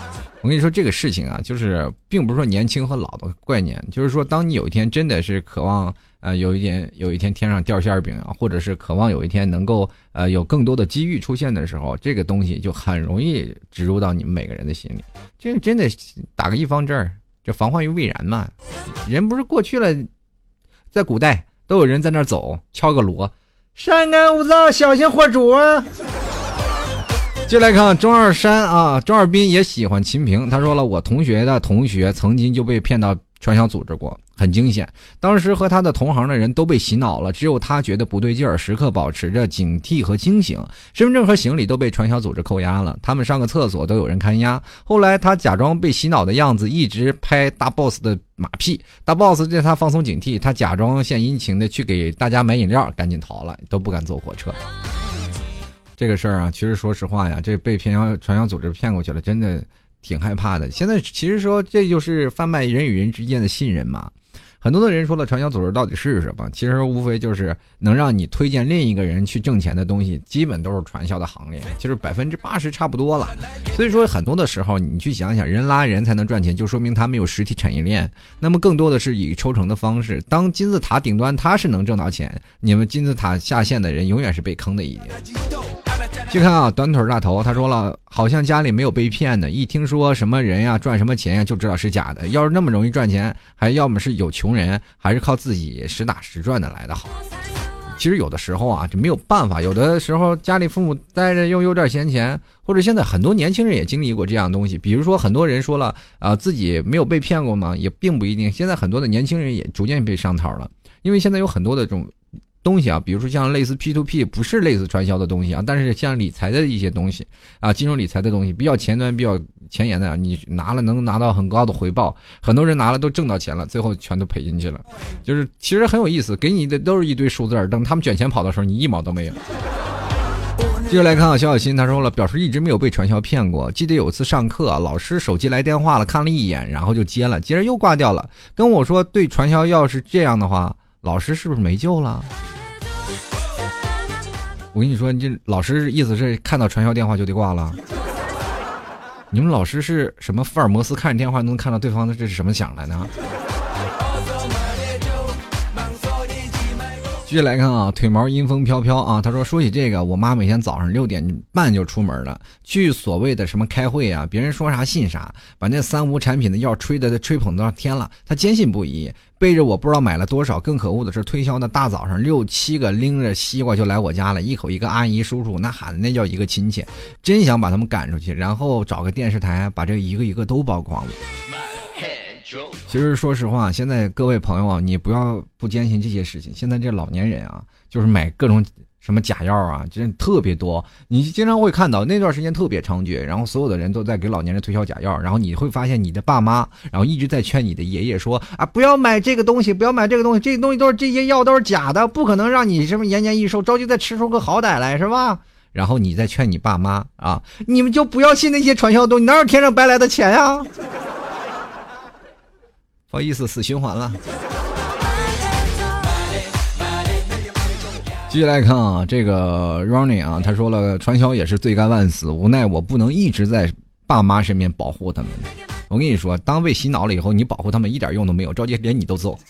我跟你说这个事情啊，就是并不是说年轻和老的概念，就是说当你有一天真的是渴望呃有一点有一天天上掉馅饼啊，或者是渴望有一天能够呃有更多的机遇出现的时候，这个东西就很容易植入到你们每个人的心里。这个真的打个预防针儿，这防患于未然嘛。人不是过去了，在古代都有人在那儿走，敲个锣，山干物燥，小心火烛啊。接来看钟二山啊，钟二斌也喜欢秦平。他说了，我同学的同学曾经就被骗到传销组织过，很惊险。当时和他的同行的人都被洗脑了，只有他觉得不对劲儿，时刻保持着警惕和清醒。身份证和行李都被传销组织扣押了，他们上个厕所都有人看押。后来他假装被洗脑的样子，一直拍大 boss 的马屁。大 boss 对他放松警惕，他假装献殷勤的去给大家买饮料，赶紧逃了，都不敢坐火车。这个事儿啊，其实说实话呀，这被骗销传销组织骗过去了，真的挺害怕的。现在其实说这就是贩卖人与人之间的信任嘛。很多的人说了，传销组织到底是什么？其实无非就是能让你推荐另一个人去挣钱的东西，基本都是传销的行列，其实百分之八十差不多了。所以说很多的时候，你去想想，人拉人才能赚钱，就说明他们有实体产业链。那么更多的是以抽成的方式，当金字塔顶端他是能挣到钱，你们金字塔下线的人永远是被坑的一点。去看啊，短腿大头他说了，好像家里没有被骗的，一听说什么人呀赚什么钱呀就知道是假的。要是那么容易赚钱，还要么是有穷人，还是靠自己实打实赚的来的好。其实有的时候啊，这没有办法，有的时候家里父母待着又有点闲钱，或者现在很多年轻人也经历过这样的东西。比如说很多人说了啊、呃，自己没有被骗过吗？也并不一定。现在很多的年轻人也逐渐被上套了，因为现在有很多的这种东西啊，比如说像类似 P to P， 不是类似传销的东西啊，但是像理财的一些东西啊，金融理财的东西比较前端比较前沿的，你拿了能拿到很高的回报，很多人拿了都挣到钱了，最后全都赔进去了。就是其实很有意思，给你的都是一堆数字，等他们卷钱跑的时候，你一毛都没有。接着来看啊，小小新他说了，表示一直没有被传销骗过。记得有一次上课，老师手机来电话了，看了一眼，然后就接了，接着又挂掉了，跟我说对传销要是这样的话，老师是不是没救了？我跟你说，你这老师意思是看到传销电话就得挂了？你们老师是什么福尔摩斯，看着电话能看到对方的这是什么响来呢？继续来看啊，腿毛阴风飘飘啊，他说说起这个，我妈每天早上六点半就出门了，去所谓的什么开会啊，别人说啥信啥，把那三无产品的药吹的吹捧到天了，他坚信不疑，背着我不知道买了多少。更可恶的是，推销的大早上六七个拎着西瓜就来我家了，一口一个阿姨叔叔，那喊的那叫一个亲切，真想把他们赶出去，然后找个电视台把这一个一个都曝光了。其实说实话，现在各位朋友啊，你不要不坚信这些事情。现在这老年人啊，就是买各种什么假药啊，真的特别多。你经常会看到那段时间特别猖獗，然后所有的人都在给老年人推销假药，然后你会发现你的爸妈，然后一直在劝你的爷爷说啊，不要买这个东西，不要买这个东西，这些东西都是这些药都是假的，不可能让你什么延年益寿，着急再吃出个好歹来，是吧？然后你再劝你爸妈啊，你们就不要信那些传销的东西，哪有天上白来的钱呀、啊？不好意思，死循环了。继续来看啊，这个 Ronnie 啊，他说了，传销也是罪该万死，无奈我不能一直在爸妈身边保护他们。我跟你说，当被洗脑了以后，你保护他们一点用都没有，着急连你都揍。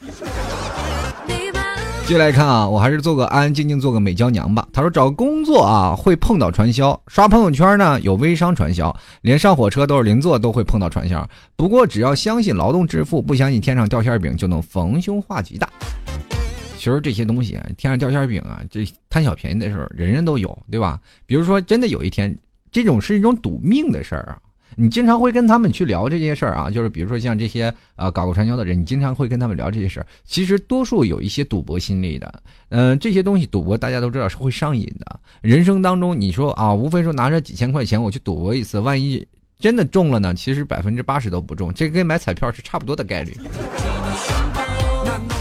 接下来看啊，我还是做个安安静静做个美娇娘吧。他说找工作啊会碰到传销，刷朋友圈呢有微商传销，连上火车都是邻座都会碰到传销。不过只要相信劳动致富，不相信天上掉馅饼，就能逢凶化吉的。其实这些东西啊，天上掉馅饼啊，这贪小便宜的时候人人都有，对吧？比如说真的有一天，这种是一种赌命的事儿啊。你经常会跟他们去聊这些事儿啊，就是比如说像这些呃搞过传销的人，你经常会跟他们聊这些事儿。其实多数有一些赌博心理的，嗯、呃，这些东西赌博大家都知道是会上瘾的。人生当中你说啊，无非说拿着几千块钱我去赌博一次，万一真的中了呢？其实百分之八十都不中，这跟买彩票是差不多的概率。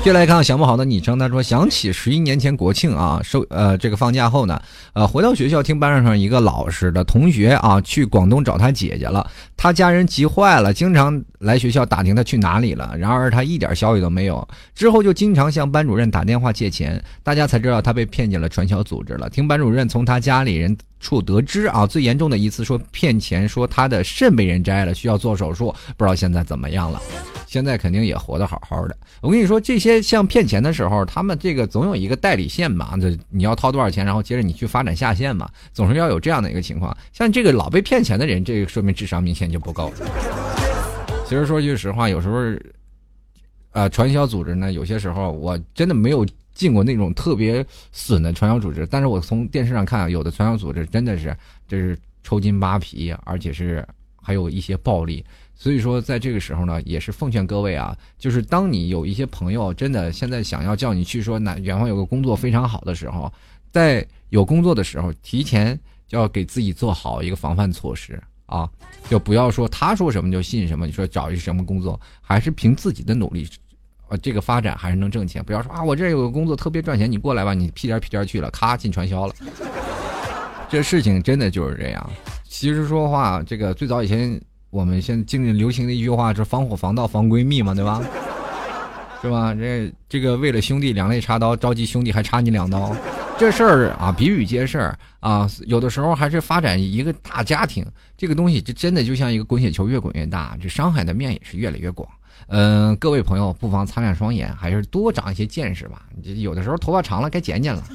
接来看想不好的昵称，他说想起十一年前国庆啊，收呃这个放假后呢，呃回到学校听班上一个老师的同学啊去广东找他姐姐了，他家人急坏了，经常来学校打听他去哪里了，然而他一点消息都没有，之后就经常向班主任打电话借钱，大家才知道他被骗进了传销组织了。听班主任从他家里人处得知啊，最严重的一次说骗钱，说他的肾被人摘了，需要做手术，不知道现在怎么样了。现在肯定也活得好好的。我跟你说，这些像骗钱的时候，他们这个总有一个代理线嘛，这你要掏多少钱，然后接着你去发展下线嘛，总是要有这样的一个情况。像这个老被骗钱的人，这个说明智商明显就不够。其实说句实话，有时候，呃，传销组织呢，有些时候我真的没有进过那种特别损的传销组织，但是我从电视上看，有的传销组织真的是这是抽筋扒皮，而且是还有一些暴力。所以说在这个时候呢，也是奉劝各位啊，就是当你有一些朋友真的现在想要叫你去说哪远方有个工作非常好的时候，在有工作的时候提前就要给自己做好一个防范措施啊，就不要说他说什么就信什么，你说找一什么工作，还是凭自己的努力呃，这个发展还是能挣钱，不要说啊我这有个工作特别赚钱，你过来吧，你屁颠屁颠去了，咔进传销了。这事情真的就是这样。其实说话，这个最早以前我们现在经常流行的一句话是防火防盗防闺蜜嘛，对吧？是吧？这这个为了兄弟两肋插刀，着急兄弟还插你两刀，这事儿啊比比皆是啊。有的时候还是发展一个大家庭，这个东西这真的就像一个滚雪球，越滚越大，这伤害的面也是越来越广。嗯、呃，各位朋友不妨擦亮双眼，还是多长一些见识吧。有的时候头发长了该剪剪了。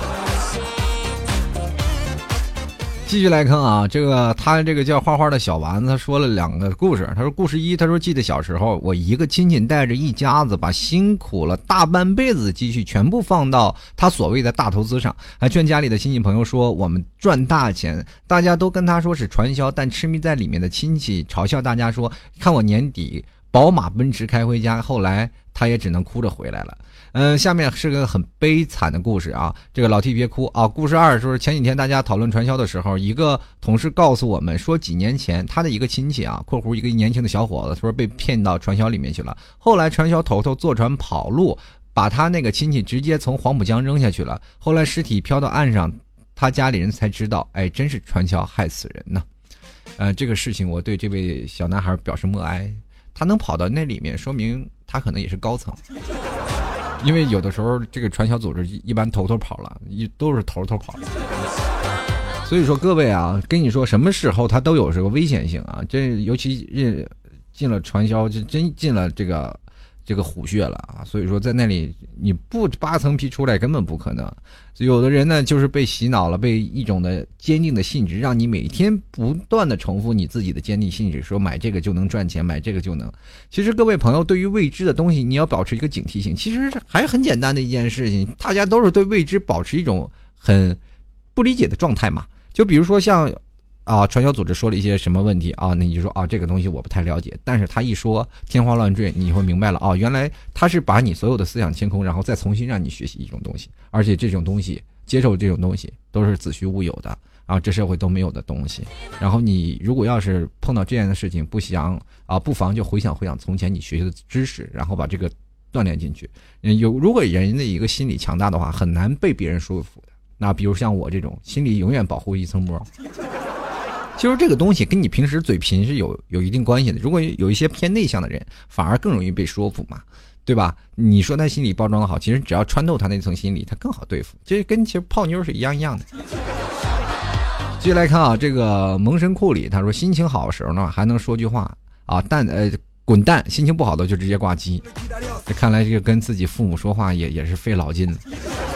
继续来看啊，这个他这个叫花花的小丸子，他说了两个故事。他说故事一，他说记得小时候，我一个亲戚带着一家子，把辛苦了大半辈子的积蓄全部放到他所谓的大投资上，还劝家里的亲戚朋友说我们赚大钱，大家都跟他说是传销，但痴迷在里面的亲戚嘲笑大家说，看我年底宝马奔驰开回家，后来他也只能哭着回来了。嗯、呃，下面是个很悲惨的故事啊，这个老 T 别哭啊。故事二说前几天大家讨论传销的时候，一个同事告诉我们说，几年前他的一个亲戚啊（括弧一个年轻的小伙子）说被骗到传销里面去了，后来传销头头坐船跑路，把他那个亲戚直接从黄浦江扔下去了，后来尸体飘到岸上，他家里人才知道，哎，真是传销害死人呢。呃，这个事情我对这位小男孩表示默哀，他能跑到那里面，说明他可能也是高层。因为有的时候这个传销组织一般头头跑了，都是头头跑了。所以说各位啊，跟你说什么时候它都有这个危险性啊，这尤其进了传销就真进了这个这个虎穴了啊。所以说在那里你不扒层皮出来根本不可能。有的人呢就是被洗脑了，被一种的坚定的信纸，让你每天不断的重复你自己的坚定信纸，说买这个就能赚钱，买这个就能。其实各位朋友，对于未知的东西你要保持一个警惕性，其实还很简单的一件事情，大家都是对未知保持一种很不理解的状态嘛。就比如说像啊，传销组织说了一些什么问题啊？那你就说啊，这个东西我不太了解。但是他一说天花乱坠，你会明白了啊，原来他是把你所有的思想清空，然后再重新让你学习一种东西，而且这种东西接受这种东西都是子虚乌有的啊，这社会都没有的东西。然后你如果要是碰到这样的事情，不想啊，不妨就回想回想从前你学习的知识，然后把这个锻炼进去。有如果人的一个心理强大的话，很难被别人说服的。那比如像我这种心里永远保护一层膜。其实这个东西跟你平时嘴贫是有有一定关系的。如果有一些偏内向的人，反而更容易被说服嘛，对吧？你说他心理包装的好，其实只要穿透他那层心理，他更好对付。这跟其实泡妞是一样一样的。继续来看啊，这个蒙神库里他说，心情好的时候呢，还能说句话啊，但呃滚蛋；心情不好的就直接挂机。这看来这个跟自己父母说话也也是费老劲了。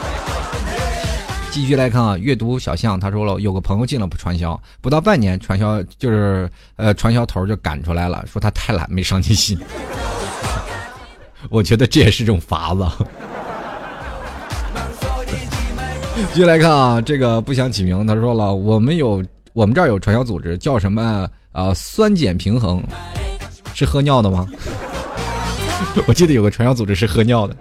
继续来看啊，阅读小象他说了，有个朋友进了传销，不到半年传销就是呃传销头就赶出来了，说他太懒没上进心。我觉得这也是种法子。继续来看啊，这个不想起名他说了，我们有我们这儿有传销组织叫什么呃酸碱平衡，是喝尿的吗？我记得有个传销组织是喝尿的。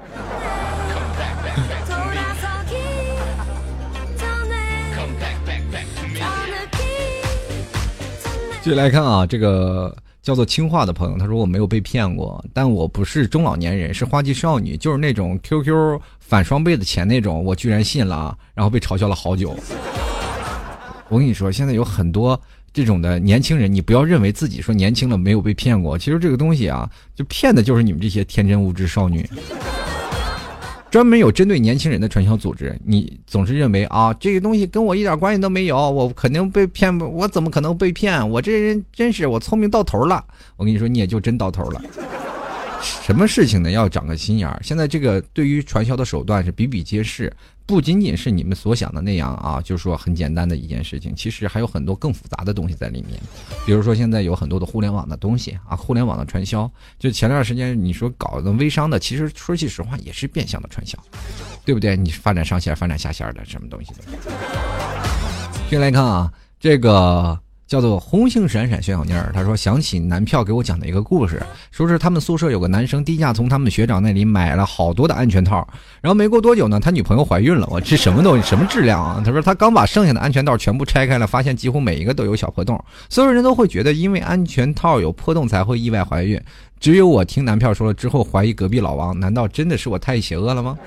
继续来看啊，这个叫做清化的朋友，他说我没有被骗过，但我不是中老年人，是花季少女，就是那种 Q Q 返双倍的钱那种，我居然信了，然后被嘲笑了好久。我跟你说，现在有很多这种的年轻人，你不要认为自己说年轻了没有被骗过，其实这个东西啊，就骗的就是你们这些天真无知少女。专门有针对年轻人的传销组织，你总是认为啊，这个东西跟我一点关系都没有，我肯定被骗，我怎么可能被骗？我这人真是我聪明到头了。我跟你说，你也就真到头了。什么事情呢？要长个心眼儿。现在这个对于传销的手段是比比皆是，不仅仅是你们所想的那样啊，就是说很简单的一件事情，其实还有很多更复杂的东西在里面。比如说现在有很多的互联网的东西啊，互联网的传销，就前段时间你说搞的微商的，其实说句实话也是变相的传销，对不对？你发展上线、发展下线的什么东西的。接来看啊，这个叫做红星闪闪小小妮儿，他说想起男票给我讲的一个故事，说是他们宿舍有个男生低价从他们学长那里买了好多的安全套，然后没过多久呢，他女朋友怀孕了。我这什么东西，什么质量啊？他说他刚把剩下的安全套全部拆开了，发现几乎每一个都有小破洞，所有人都会觉得因为安全套有破洞才会意外怀孕，只有我听男票说了之后怀疑隔壁老王，难道真的是我太邪恶了吗？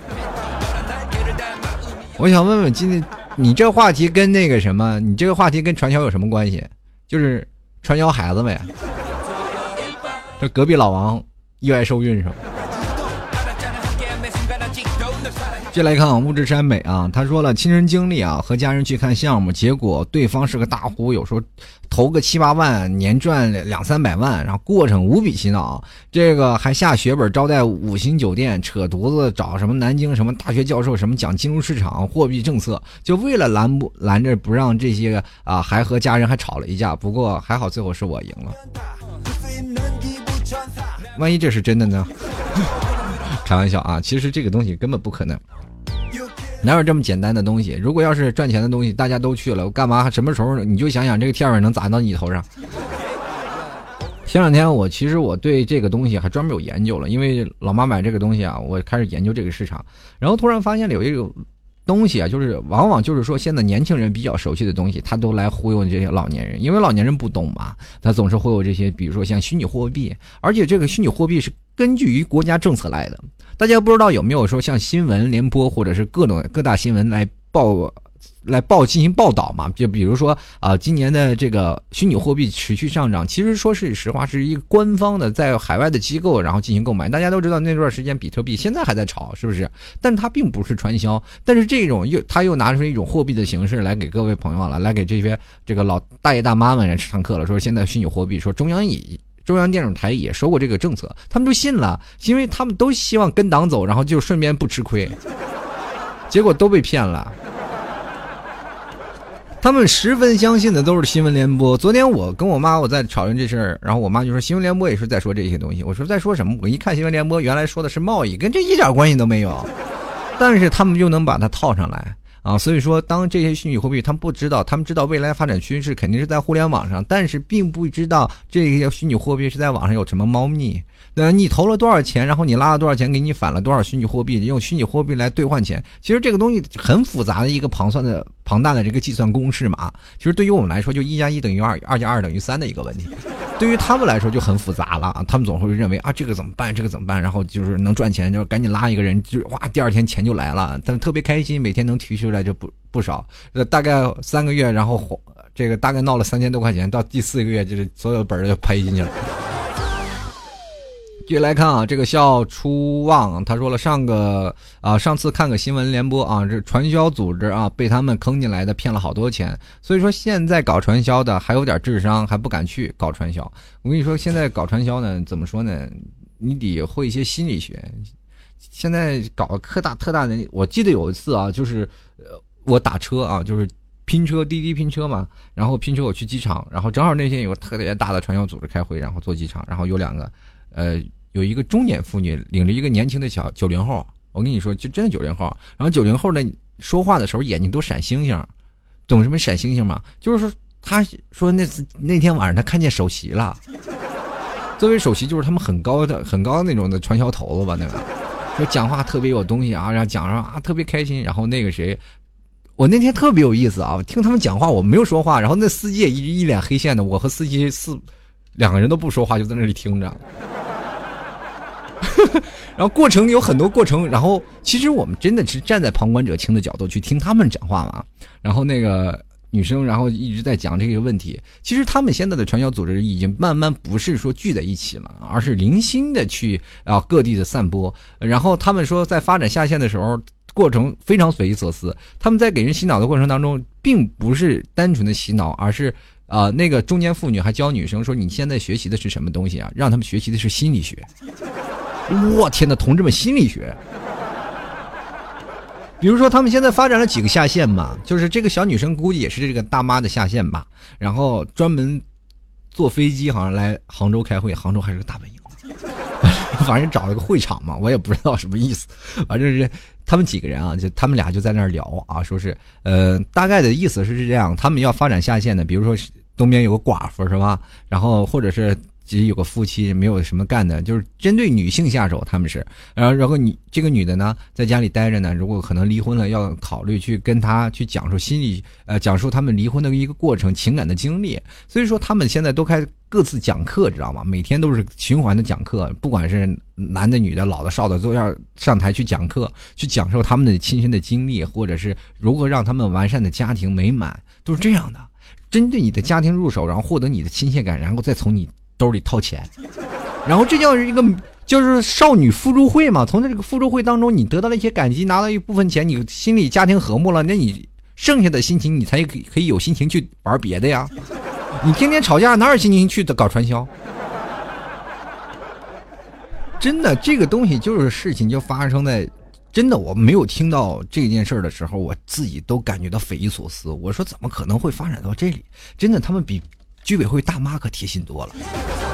我想问问今天你这话题跟那个什么，你这个话题跟传销有什么关系？就是传销孩子呗。这隔壁老王意外受孕是吧？接来看啊，物质山美啊，他说了亲身经历啊，和家人去看项目，结果对方是个大户，有时候投个七八万，年赚两三百万，然后过程无比洗脑。这个还下血本招待五星酒店，扯犊子找什么南京什么大学教授，什么讲金融市场、货币政策，就为了拦不拦着不让这些啊，还和家人还吵了一架。不过还好最后是我赢了。万一这是真的呢？开玩笑啊，其实这个东西根本不可能。哪有这么简单的东西？如果要是赚钱的东西，大家都去了，干嘛？什么时候你就想想这个天儿能砸到你头上？前两天我其实我对这个东西还专门有研究了，因为老妈买这个东西啊，我开始研究这个市场，然后突然发现了有一个东西啊，就是往往就是说现在年轻人比较熟悉的东西，他都来忽悠这些老年人，因为老年人不懂嘛，他总是忽悠这些，比如说像虚拟货币，而且这个虚拟货币是根据于国家政策来的。大家不知道有没有说像新闻联播或者是各种各大新闻来报来报进行报道嘛？就比如说啊、呃，今年的这个虚拟货币持续上涨，其实说是实话是一个官方的在海外的机构然后进行购买。大家都知道那段时间比特币现在还在炒，是不是？但是它并不是传销，但是这种又他又拿出一种货币的形式来给各位朋友了，来给这些这个老大爷大妈们上课了，说现在虚拟货币，说中央以。中央电视台也说过这个政策，他们就信了，因为他们都希望跟党走，然后就顺便不吃亏，结果都被骗了。他们十分相信的都是新闻联播。昨天我跟我妈我在讨论这事儿，然后我妈就说新闻联播也是在说这些东西。我说在说什么？我一看新闻联播，原来说的是贸易，跟这一点关系都没有，但是他们就能把它套上来。啊，所以说，当这些虚拟货币，他们不知道，他们知道未来发展趋势肯定是在互联网上，但是并不知道这些虚拟货币是在网上有什么猫腻。那你投了多少钱，然后你拉了多少钱，给你返了多少虚拟货币，用虚拟货币来兑换钱，其实这个东西很复杂的一个庞算的庞大的这个计算公式嘛。其实对于我们来说，就一加一等于二，二加二等于三的一个问题。对于他们来说就很复杂了，他们总会认为啊这个怎么办，这个怎么办，然后就是能赚钱就赶紧拉一个人，就哇第二天钱就来了，但特别开心，每天能提出来就不不少，大概三个月，然后这个大概闹了三千多块钱，到第四个月就是所有本就赔进去了。继续来看啊，这个笑初望他说了，上个啊上次看个新闻联播啊，这传销组织啊被他们坑进来的，骗了好多钱，所以说现在搞传销的还有点智商，还不敢去搞传销。我跟你说，现在搞传销呢，怎么说呢？你得会一些心理学。现在搞特大特大的，我记得有一次啊，就是呃我打车啊，就是拼车滴滴拼车嘛，然后拼车我去机场，然后正好那天有个特别大的传销组织开会，然后坐机场，然后有两个呃。有一个中年妇女领着一个年轻的小九零后，我跟你说，就真的九零后。然后九零后呢，说话的时候眼睛都闪星星，懂什么闪星星吗？就是说，他说那次那天晚上他看见首席了。作为首席，就是他们很高的、很高的那种的传销头子吧，那个说讲话特别有东西啊，然后讲上啊特别开心。然后那个谁，我那天特别有意思啊，听他们讲话，我没有说话，然后那司机也一一脸黑线的，我和司机四。 两个人都不说话，就在那里听着。然后过程有很多过程，然后其实我们真的是站在旁观者清的角度去听他们讲话嘛。然后那个女生然后一直在讲这个问题，其实他们现在的传销组织已经慢慢不是说聚在一起了，而是零星的去啊各地的散播。然后他们说在发展下线的时候过程非常匪夷所思，他们在给人洗脑的过程当中并不是单纯的洗脑，而是啊、呃、那个中年妇女还教女生说你现在学习的是什么东西啊，让他们学习的是心理学。我天哪，同志们，心理学！比如说他们现在发展了几个下线嘛，就是这个小女生估计也是这个大妈的下线吧，然后专门坐飞机好像来杭州开会，杭州还是个大本营，反正找了个会场嘛，我也不知道什么意思，反正是他们几个人啊，就他们俩就在那儿聊啊，说是呃大概的意思是这样，他们要发展下线的，比如说东边有个寡妇是吧，然后或者是其实有个夫妻没有什么干的，就是针对女性下手，他们是，然后然后你这个女的呢，在家里待着呢，如果可能离婚了，要考虑去跟她去讲述心理，呃，讲述他们离婚的一个过程、情感的经历。所以说，他们现在都开各自讲课，知道吗？每天都是循环的讲课，不管是男的、女的、老的、少的，都要上台去讲课，去讲授他们的亲身的经历，或者是如何让他们完善的家庭美满，都是这样的。针对你的家庭入手，然后获得你的亲切感，然后再从你兜里掏钱，然后这叫一个就是少女互助会嘛。从这个互助会当中，你得到了一些感激，拿到一部分钱，你心里家庭和睦了，那你剩下的心情，你才可以可以有心情去玩别的呀。你天天吵架，哪有心情去搞传销？真的，这个东西就是事情就发生在。真的，我没有听到这件事的时候，我自己都感觉到匪夷所思。我说怎么可能会发展到这里？真的，他们比居委会大妈可贴心多了。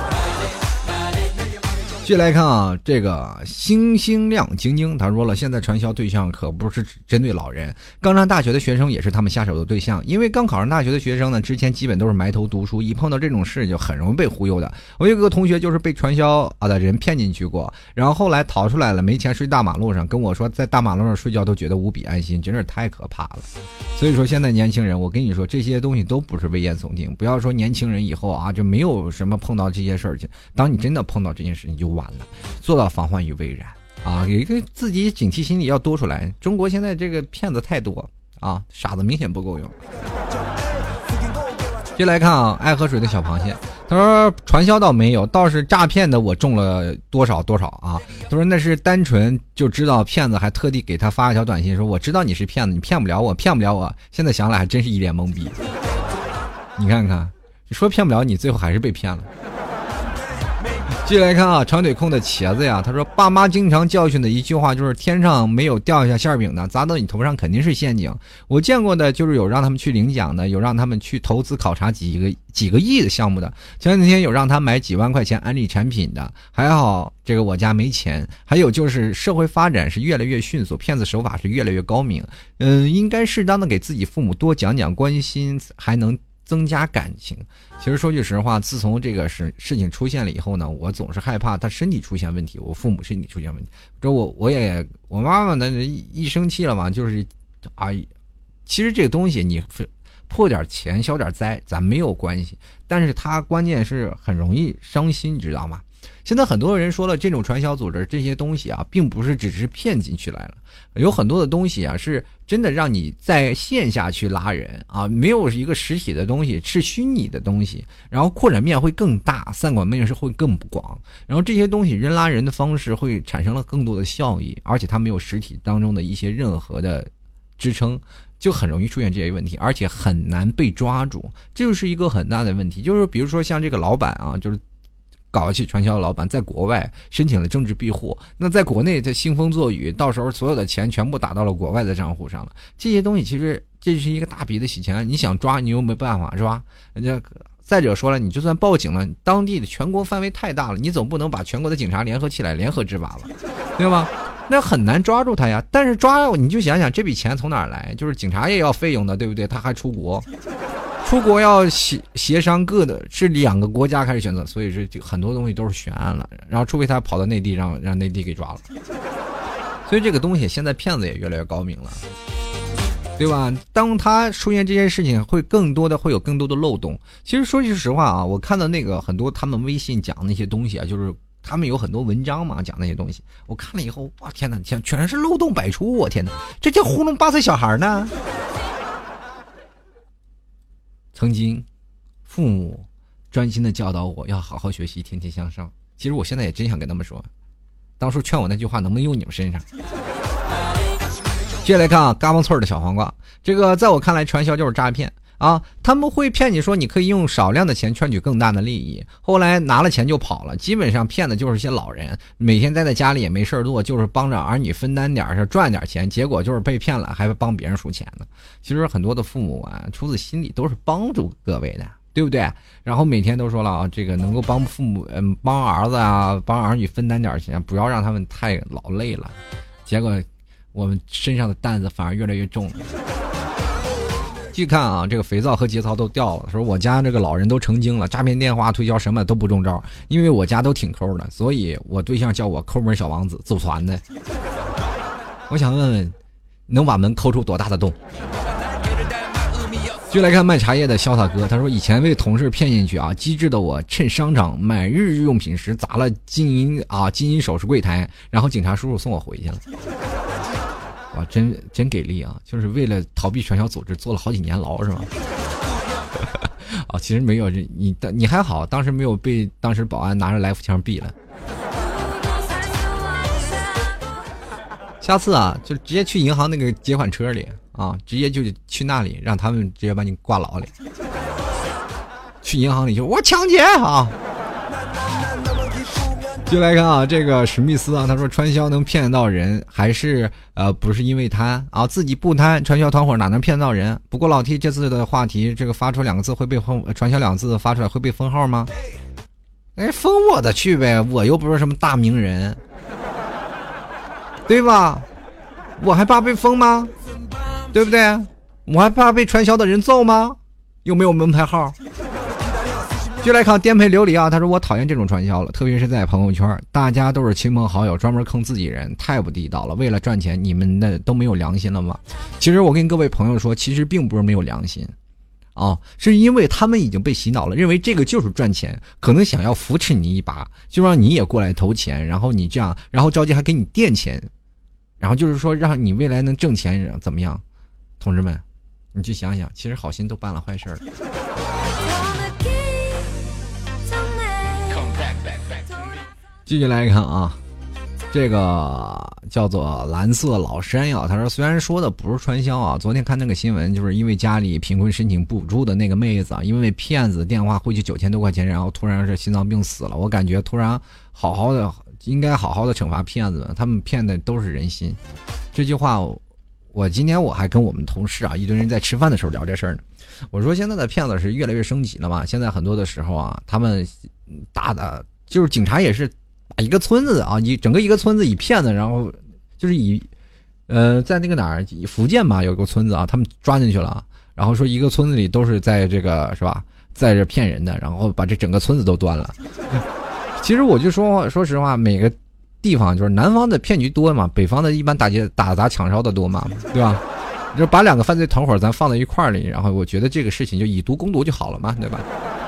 继续来看啊，这个星星亮晶晶他说了，现在传销对象可不是只针对老人，刚上大学的学生也是他们下手的对象。因为刚考上大学的学生呢，之前基本都是埋头读书，一碰到这种事就很容易被忽悠的。我有个同学就是被传销啊的人骗进去过，然后后来逃出来了，没钱睡大马路上，跟我说在大马路上睡觉都觉得无比安心，真是太可怕了。所以说现在年轻人，我跟你说这些东西都不是危言耸听，不要说年轻人以后啊就没有什么碰到这些事儿去，当你真的碰到这件事情就晚了，做到防患于未然啊！有一个自己警惕心理要多出来。中国现在这个骗子太多啊，傻子明显不够用。接来看啊，爱喝水的小螃蟹，他说传销倒没有，倒是诈骗的我中了多少多少啊。他说那是单纯就知道骗子，还特地给他发一条短信说我知道你是骗子，你骗不了我，骗不了我。现在想来还真是一脸懵逼。你看看，你说骗不了你，最后还是被骗了。继续来看啊，长腿控的茄子呀，他说爸妈经常教训的一句话就是天上没有掉下馅饼的，砸到你头上肯定是陷阱。我见过的就是有让他们去领奖的，有让他们去投资考察几个几个亿的项目的，前两天有让他买几万块钱安利产品的，还好这个我家没钱。还有就是社会发展是越来越迅速，骗子手法是越来越高明，嗯，应该适当的给自己父母多讲讲，关心还能增加感情。其实说句实话，自从这个事事情出现了以后呢，我总是害怕他身体出现问题，我父母身体出现问题。这我我也我妈妈呢一生气了嘛，就是啊，其实这个东西你破点钱消点灾咱没有关系，但是他关键是很容易伤心，你知道吗？现在很多人说了，这种传销组织这些东西啊，并不是只是骗进去来了，有很多的东西啊，是真的让你在线下去拉人啊，没有一个实体的东西，是虚拟的东西，然后扩展面会更大，散管面是会更广，然后这些东西人拉人的方式会产生了更多的效益，而且它没有实体当中的一些任何的支撑，就很容易出现这些问题，而且很难被抓住，这就是一个很大的问题。就是比如说像这个老板啊，就是搞起传销的老板在国外申请了政治庇护，那在国内他兴风作雨，到时候所有的钱全部打到了国外的账户上了，这些东西其实这是一个大笔的洗钱，你想抓你又没办法，是吧？人家再者说了，你就算报警了，当地的全国范围太大了，你总不能把全国的警察联合起来联合执法吧，对吧？那很难抓住他呀。但是抓你就想想这笔钱从哪儿来，就是警察也要费用的，对不对？他还出国出国要协协商各的，是两个国家开始选择，所以是很多东西都是悬案了。然后除非他跑到内地，让让内地给抓了。所以这个东西现在骗子也越来越高明了。 对吧？当他出现这件事情，会更多的会有更多的漏洞。其实说句实话啊，我看到那个很多他们微信讲那些东西啊，就是他们有很多文章嘛，讲那些东西，我看了以后，哇天哪，天全是漏洞百出，我天哪，这叫糊弄八岁小孩呢。曾经，父母专心的教导我要好好学习，天天向上。其实我现在也真想跟他们说，当初劝我那句话能不能用你们身上？接下来看啊，嘎嘣脆的小黄瓜，这个在我看来传销就是诈骗啊！他们会骗你说你可以用少量的钱赚取更大的利益，后来拿了钱就跑了。基本上骗的就是一些老人，每天待在家里也没事做，就是帮着儿女分担点儿赚点钱，结果就是被骗了，还帮别人输钱呢。其实很多的父母啊，出自心里都是帮助各位的，对不对？然后每天都说了啊，这个能够帮父母，嗯，帮儿子啊，帮儿女分担点钱，不要让他们太劳累了。结果我们身上的担子反而越来越重了。据看啊，这个肥皂和节操都掉了。说我家这个老人都成精了，诈骗电话、推销什么都不中招，因为我家都挺抠的，所以我对象叫我抠门小王子，祖传的。我想问问，能把门抠出多大的洞？就来看卖茶叶的潇洒哥，他说以前被同事骗进去啊，机智的我趁商场买日用品时砸了金银啊金银首饰柜台，然后警察叔叔送我回去了。哇，真真给力啊！就是为了逃避传销组织，坐了好几年牢是吗？啊，其实没有，你你还好，当时没有被当时保安拿着来福枪毙了。下次啊，就直接去银行那个结款车里啊，直接就去那里，让他们直接把你挂牢里。去银行里就我抢劫啊！就来看啊，这个史密斯啊，他说传销能骗到人，还是呃不是因为贪啊，自己不贪，传销团伙哪能骗到人？不过老 T 这次的话题，这个发出两个字会被封，传销两个字发出来会被封号吗？哎，封我的去呗，我又不是什么大名人，对吧？我还怕被封吗？对不对？我还怕被传销的人揍吗？又没有门牌号。就来看颠沛流离啊，他说我讨厌这种传销了，特别是在朋友圈，大家都是亲朋好友，专门坑自己人，太不地道了。为了赚钱，你们的都没有良心了吗？其实我跟各位朋友说，其实并不是没有良心啊，是因为他们已经被洗脑了，认为这个就是赚钱，可能想要扶持你一把，就让你也过来投钱，然后你这样，然后着急还给你垫钱，然后就是说让你未来能挣钱怎么样？同志们，你去想想，其实好心都办了坏事了。继续来看啊，这个叫做蓝色老山药，他说虽然说的不是传销啊，昨天看那个新闻，就是因为家里贫困申请补助的那个妹子啊，因为骗子电话汇去九千多块钱，然后突然是心脏病死了。我感觉突然好好的应该好好的惩罚骗子，他们骗的都是人心。这句话我，我今天我还跟我们同事啊一堆人在吃饭的时候聊这事儿呢。我说现在的骗子是越来越升级了嘛，现在很多的时候啊，他们打的就是警察也是。一个村子啊，以整个一个村子以骗子，然后就是以，呃，在那个哪儿，福建吧，有个村子啊，他们抓进去了，然后说一个村子里都是在这个是吧，在这骗人的，然后把这整个村子都端了。其实我就说，说实话，每个地方就是南方的骗局多嘛，北方的一般打劫打砸抢烧的多嘛，对吧？就把两个犯罪团伙咱放在一块儿里，然后我觉得这个事情就以毒攻毒就好了嘛，对吧？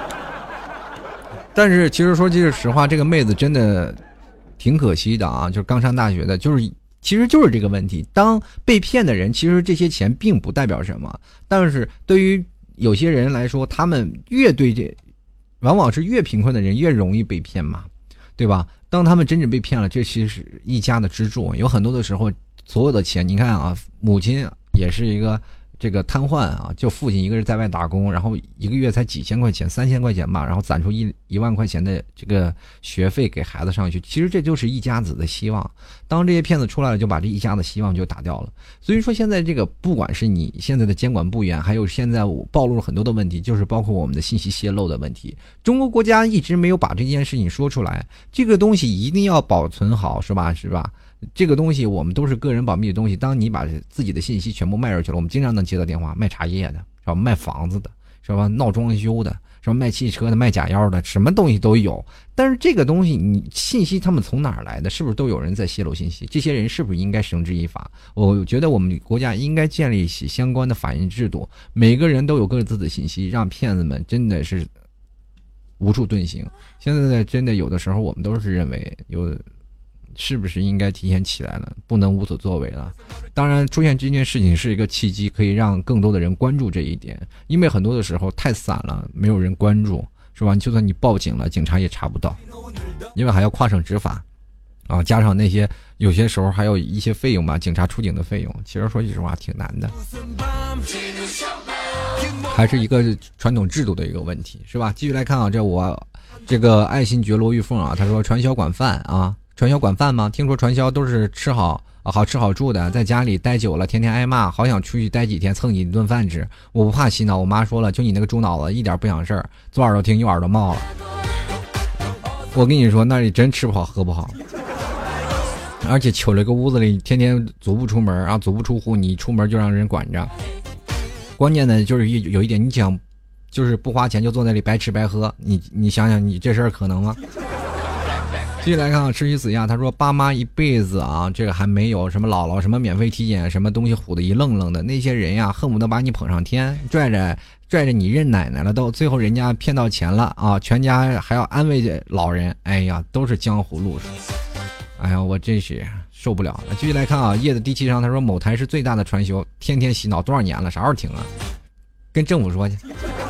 但是其实说句实话，这个妹子真的挺可惜的啊，就是刚上大学的，就是其实就是这个问题。当被骗的人，其实这些钱并不代表什么，但是对于有些人来说，他们越对这，往往是越贫困的人越容易被骗嘛，对吧？当他们真正被骗了，这其实是一家的支柱。有很多的时候，所有的钱，你看啊，母亲也是一个。这个瘫痪啊，就父亲一个人在外打工，然后一个月才几千块钱，三千块钱吧，然后攒出一一万块钱的这个学费给孩子上去。其实这就是一家子的希望。当这些骗子出来了，就把这一家的希望就打掉了。所以说现在这个，不管是你现在的监管不严，还有现在暴露了很多的问题，就是包括我们的信息泄露的问题。中国国家一直没有把这件事情说出来，这个东西一定要保存好，是吧？是吧？这个东西我们都是个人保密的东西，当你把自己的信息全部卖出去了，我们经常能接到电话，卖茶叶的是吧，卖房子的是吧，闹装修的， 什么卖汽车的、卖假药的，什么东西都有。但是这个东西，你信息他们从哪儿来的？是不是都有人在泄露信息？这些人是不是应该绳之以法？我觉得我们国家应该建立起相关的法律制度，每个人都有各自的信息，让骗子们真的是无处遁形。现在真的有的时候，我们都是认为有。是不是应该提前起来了，不能无所作为了？当然出现这件事情是一个契机，可以让更多的人关注这一点，因为很多的时候太散了，没有人关注，是吧？就算你报警了，警察也查不到，因为还要跨省执法啊，加上那些有些时候还有一些费用吧，警察出警的费用，其实说句实话挺难的，还是一个传统制度的一个问题，是吧？继续来看啊，这我这个爱新觉罗玉凤啊，他说传销管饭啊。传销管饭吗？听说传销都是吃好好吃好住的，在家里待久了天天挨骂，好想出去待几天蹭几顿饭吃。我不怕洗脑，我妈说了，就你那个猪脑子一点不想事儿，左耳朵听右耳朵冒了。我跟你说，那里真吃不好喝不好，而且囚了个屋子里，天天足不出门啊，足不出户，你出门就让人管着。关键的就是有一点，你想就是不花钱就坐那里白吃白喝，你你想想你这事儿可能吗？继续来看啊，吃鱼子呀，他说爸妈一辈子啊，这个还没有什么姥姥什么免费体检什么东西唬得一愣愣的，那些人呀恨不得把你捧上天，拽着拽着你认奶奶了都，最后人家骗到钱了啊，全家还要安慰老人，哎呀，都是江湖路上，哎呀，我真是受不了了。继续来看啊，叶子第七章，他说某台是最大的传销，天天洗脑多少年了，啥时候停啊？跟政府说去。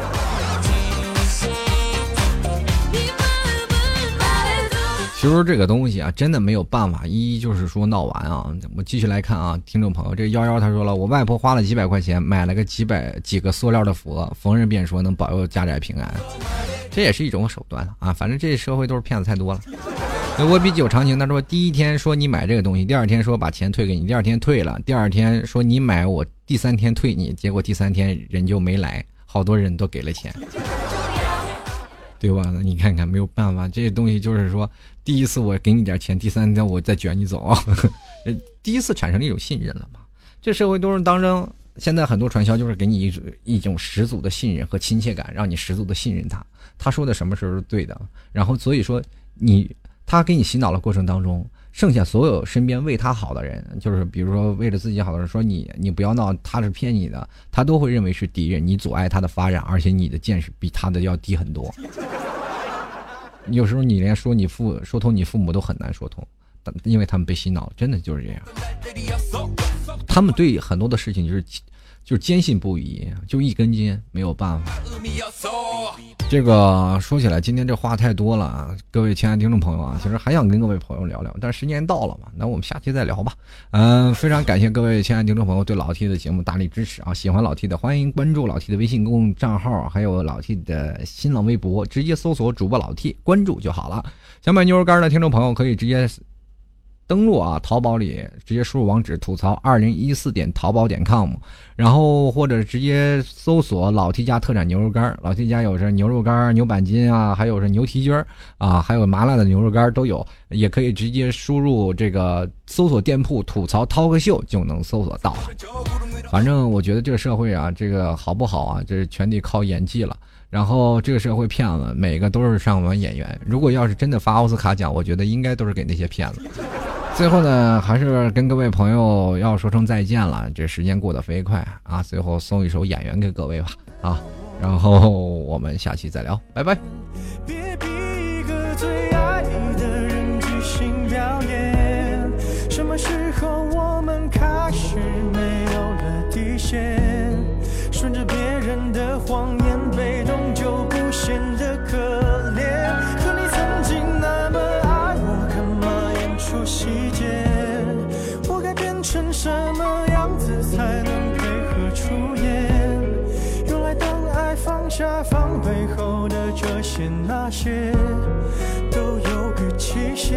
其实这个东西啊，真的没有办法一一就是说闹完啊。我继续来看啊，听众朋友，这幺幺他说了，我外婆花了几百块钱买了个几百几个塑料的佛，逢人便说能保佑家宅平安，这也是一种手段啊。反正这社会都是骗子太多了。我比较长情，他说第一天说你买这个东西，第二天说把钱退给你，第二天退了，第二天说你买我，第三天退你，结果第三天人就没来，好多人都给了钱。对吧？你看看，没有办法，这些东西就是说，第一次我给你点钱，第三天我再卷你走，第一次产生了一种信任了嘛。这社会都是当真，现在很多传销就是给你一种一种十足的信任和亲切感，让你十足的信任他，他说的什么时候是对的。然后所以说你他给你洗脑的过程当中，剩下所有身边为他好的人，就是比如说为了自己好的人，说你你不要闹，他是骗你的，他都会认为是敌人，你阻碍他的发展，而且你的见识比他的要低很多。有时候你连说你父说通你父母都很难说通，因为他们被洗脑，真的就是这样。他们对很多的事情就是就是坚信不疑，就一根筋，没有办法。这个说起来，今天这话太多了啊，各位亲爱的听众朋友啊，其实还想跟各位朋友聊聊，但是时间到了嘛，那我们下期再聊吧。嗯、呃，非常感谢各位亲爱的听众朋友对老 T 的节目大力支持啊！喜欢老 T 的，欢迎关注老 T 的微信公众账号，还有老 T 的新浪微博，直接搜索主播老 T 关注就好了。想买牛肉干的听众朋友可以直接登录啊，淘宝里直接输入网址吐槽二零一四点淘宝点 com， 然后或者直接搜索老 T 家特产牛肉干，老 T 家有是牛肉干、牛板筋啊，还有是牛蹄筋啊，还有麻辣的牛肉干都有，也可以直接输入这个搜索店铺吐槽涛哥秀就能搜索到了。反正我觉得这个社会啊，这个好不好啊，这全得靠演技了。然后这个社会骗子每个都是上网演员，如果要是真的发奥斯卡奖，我觉得应该都是给那些骗子。最后呢，还是跟各位朋友要说声再见了，这时间过得飞快啊！最后送一首《演员》给各位吧啊，然后我们下期再聊，拜拜。别逼一个最爱的人即兴表演，什么时候我们开始没有了底线？顺着别人的谎言，被动就不显得可怜。可你曾经那么爱我，干嘛演出细节？我该变成什么样子才能配合出演？原来当爱放下防备后的这些那些，都有个期限。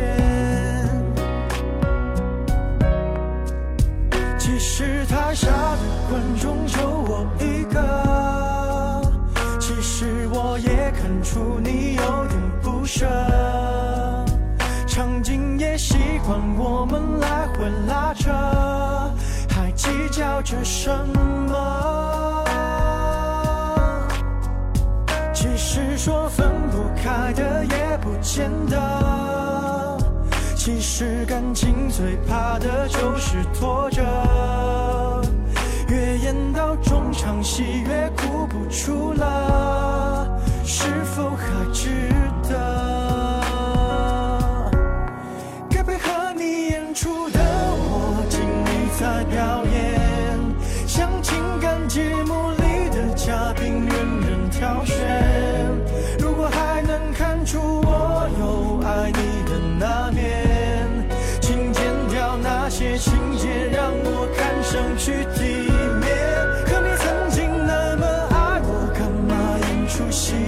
其实台下的观众就我一个，其实我也看出你有点不舍，场景也习惯我们来回拉扯，还计较着什么？其实是说分不开的也不见得，其实感情最怕的就是拖着，越演到中场戏越哭不出了，是否还值得？该配合你演出的我尽力在表演，像情感节目里的嘉宾任人挑选，如果还能看出我有爱你的那面，请剪掉那些情节让我看上去体面，可你曾经那么爱我，干嘛演出戏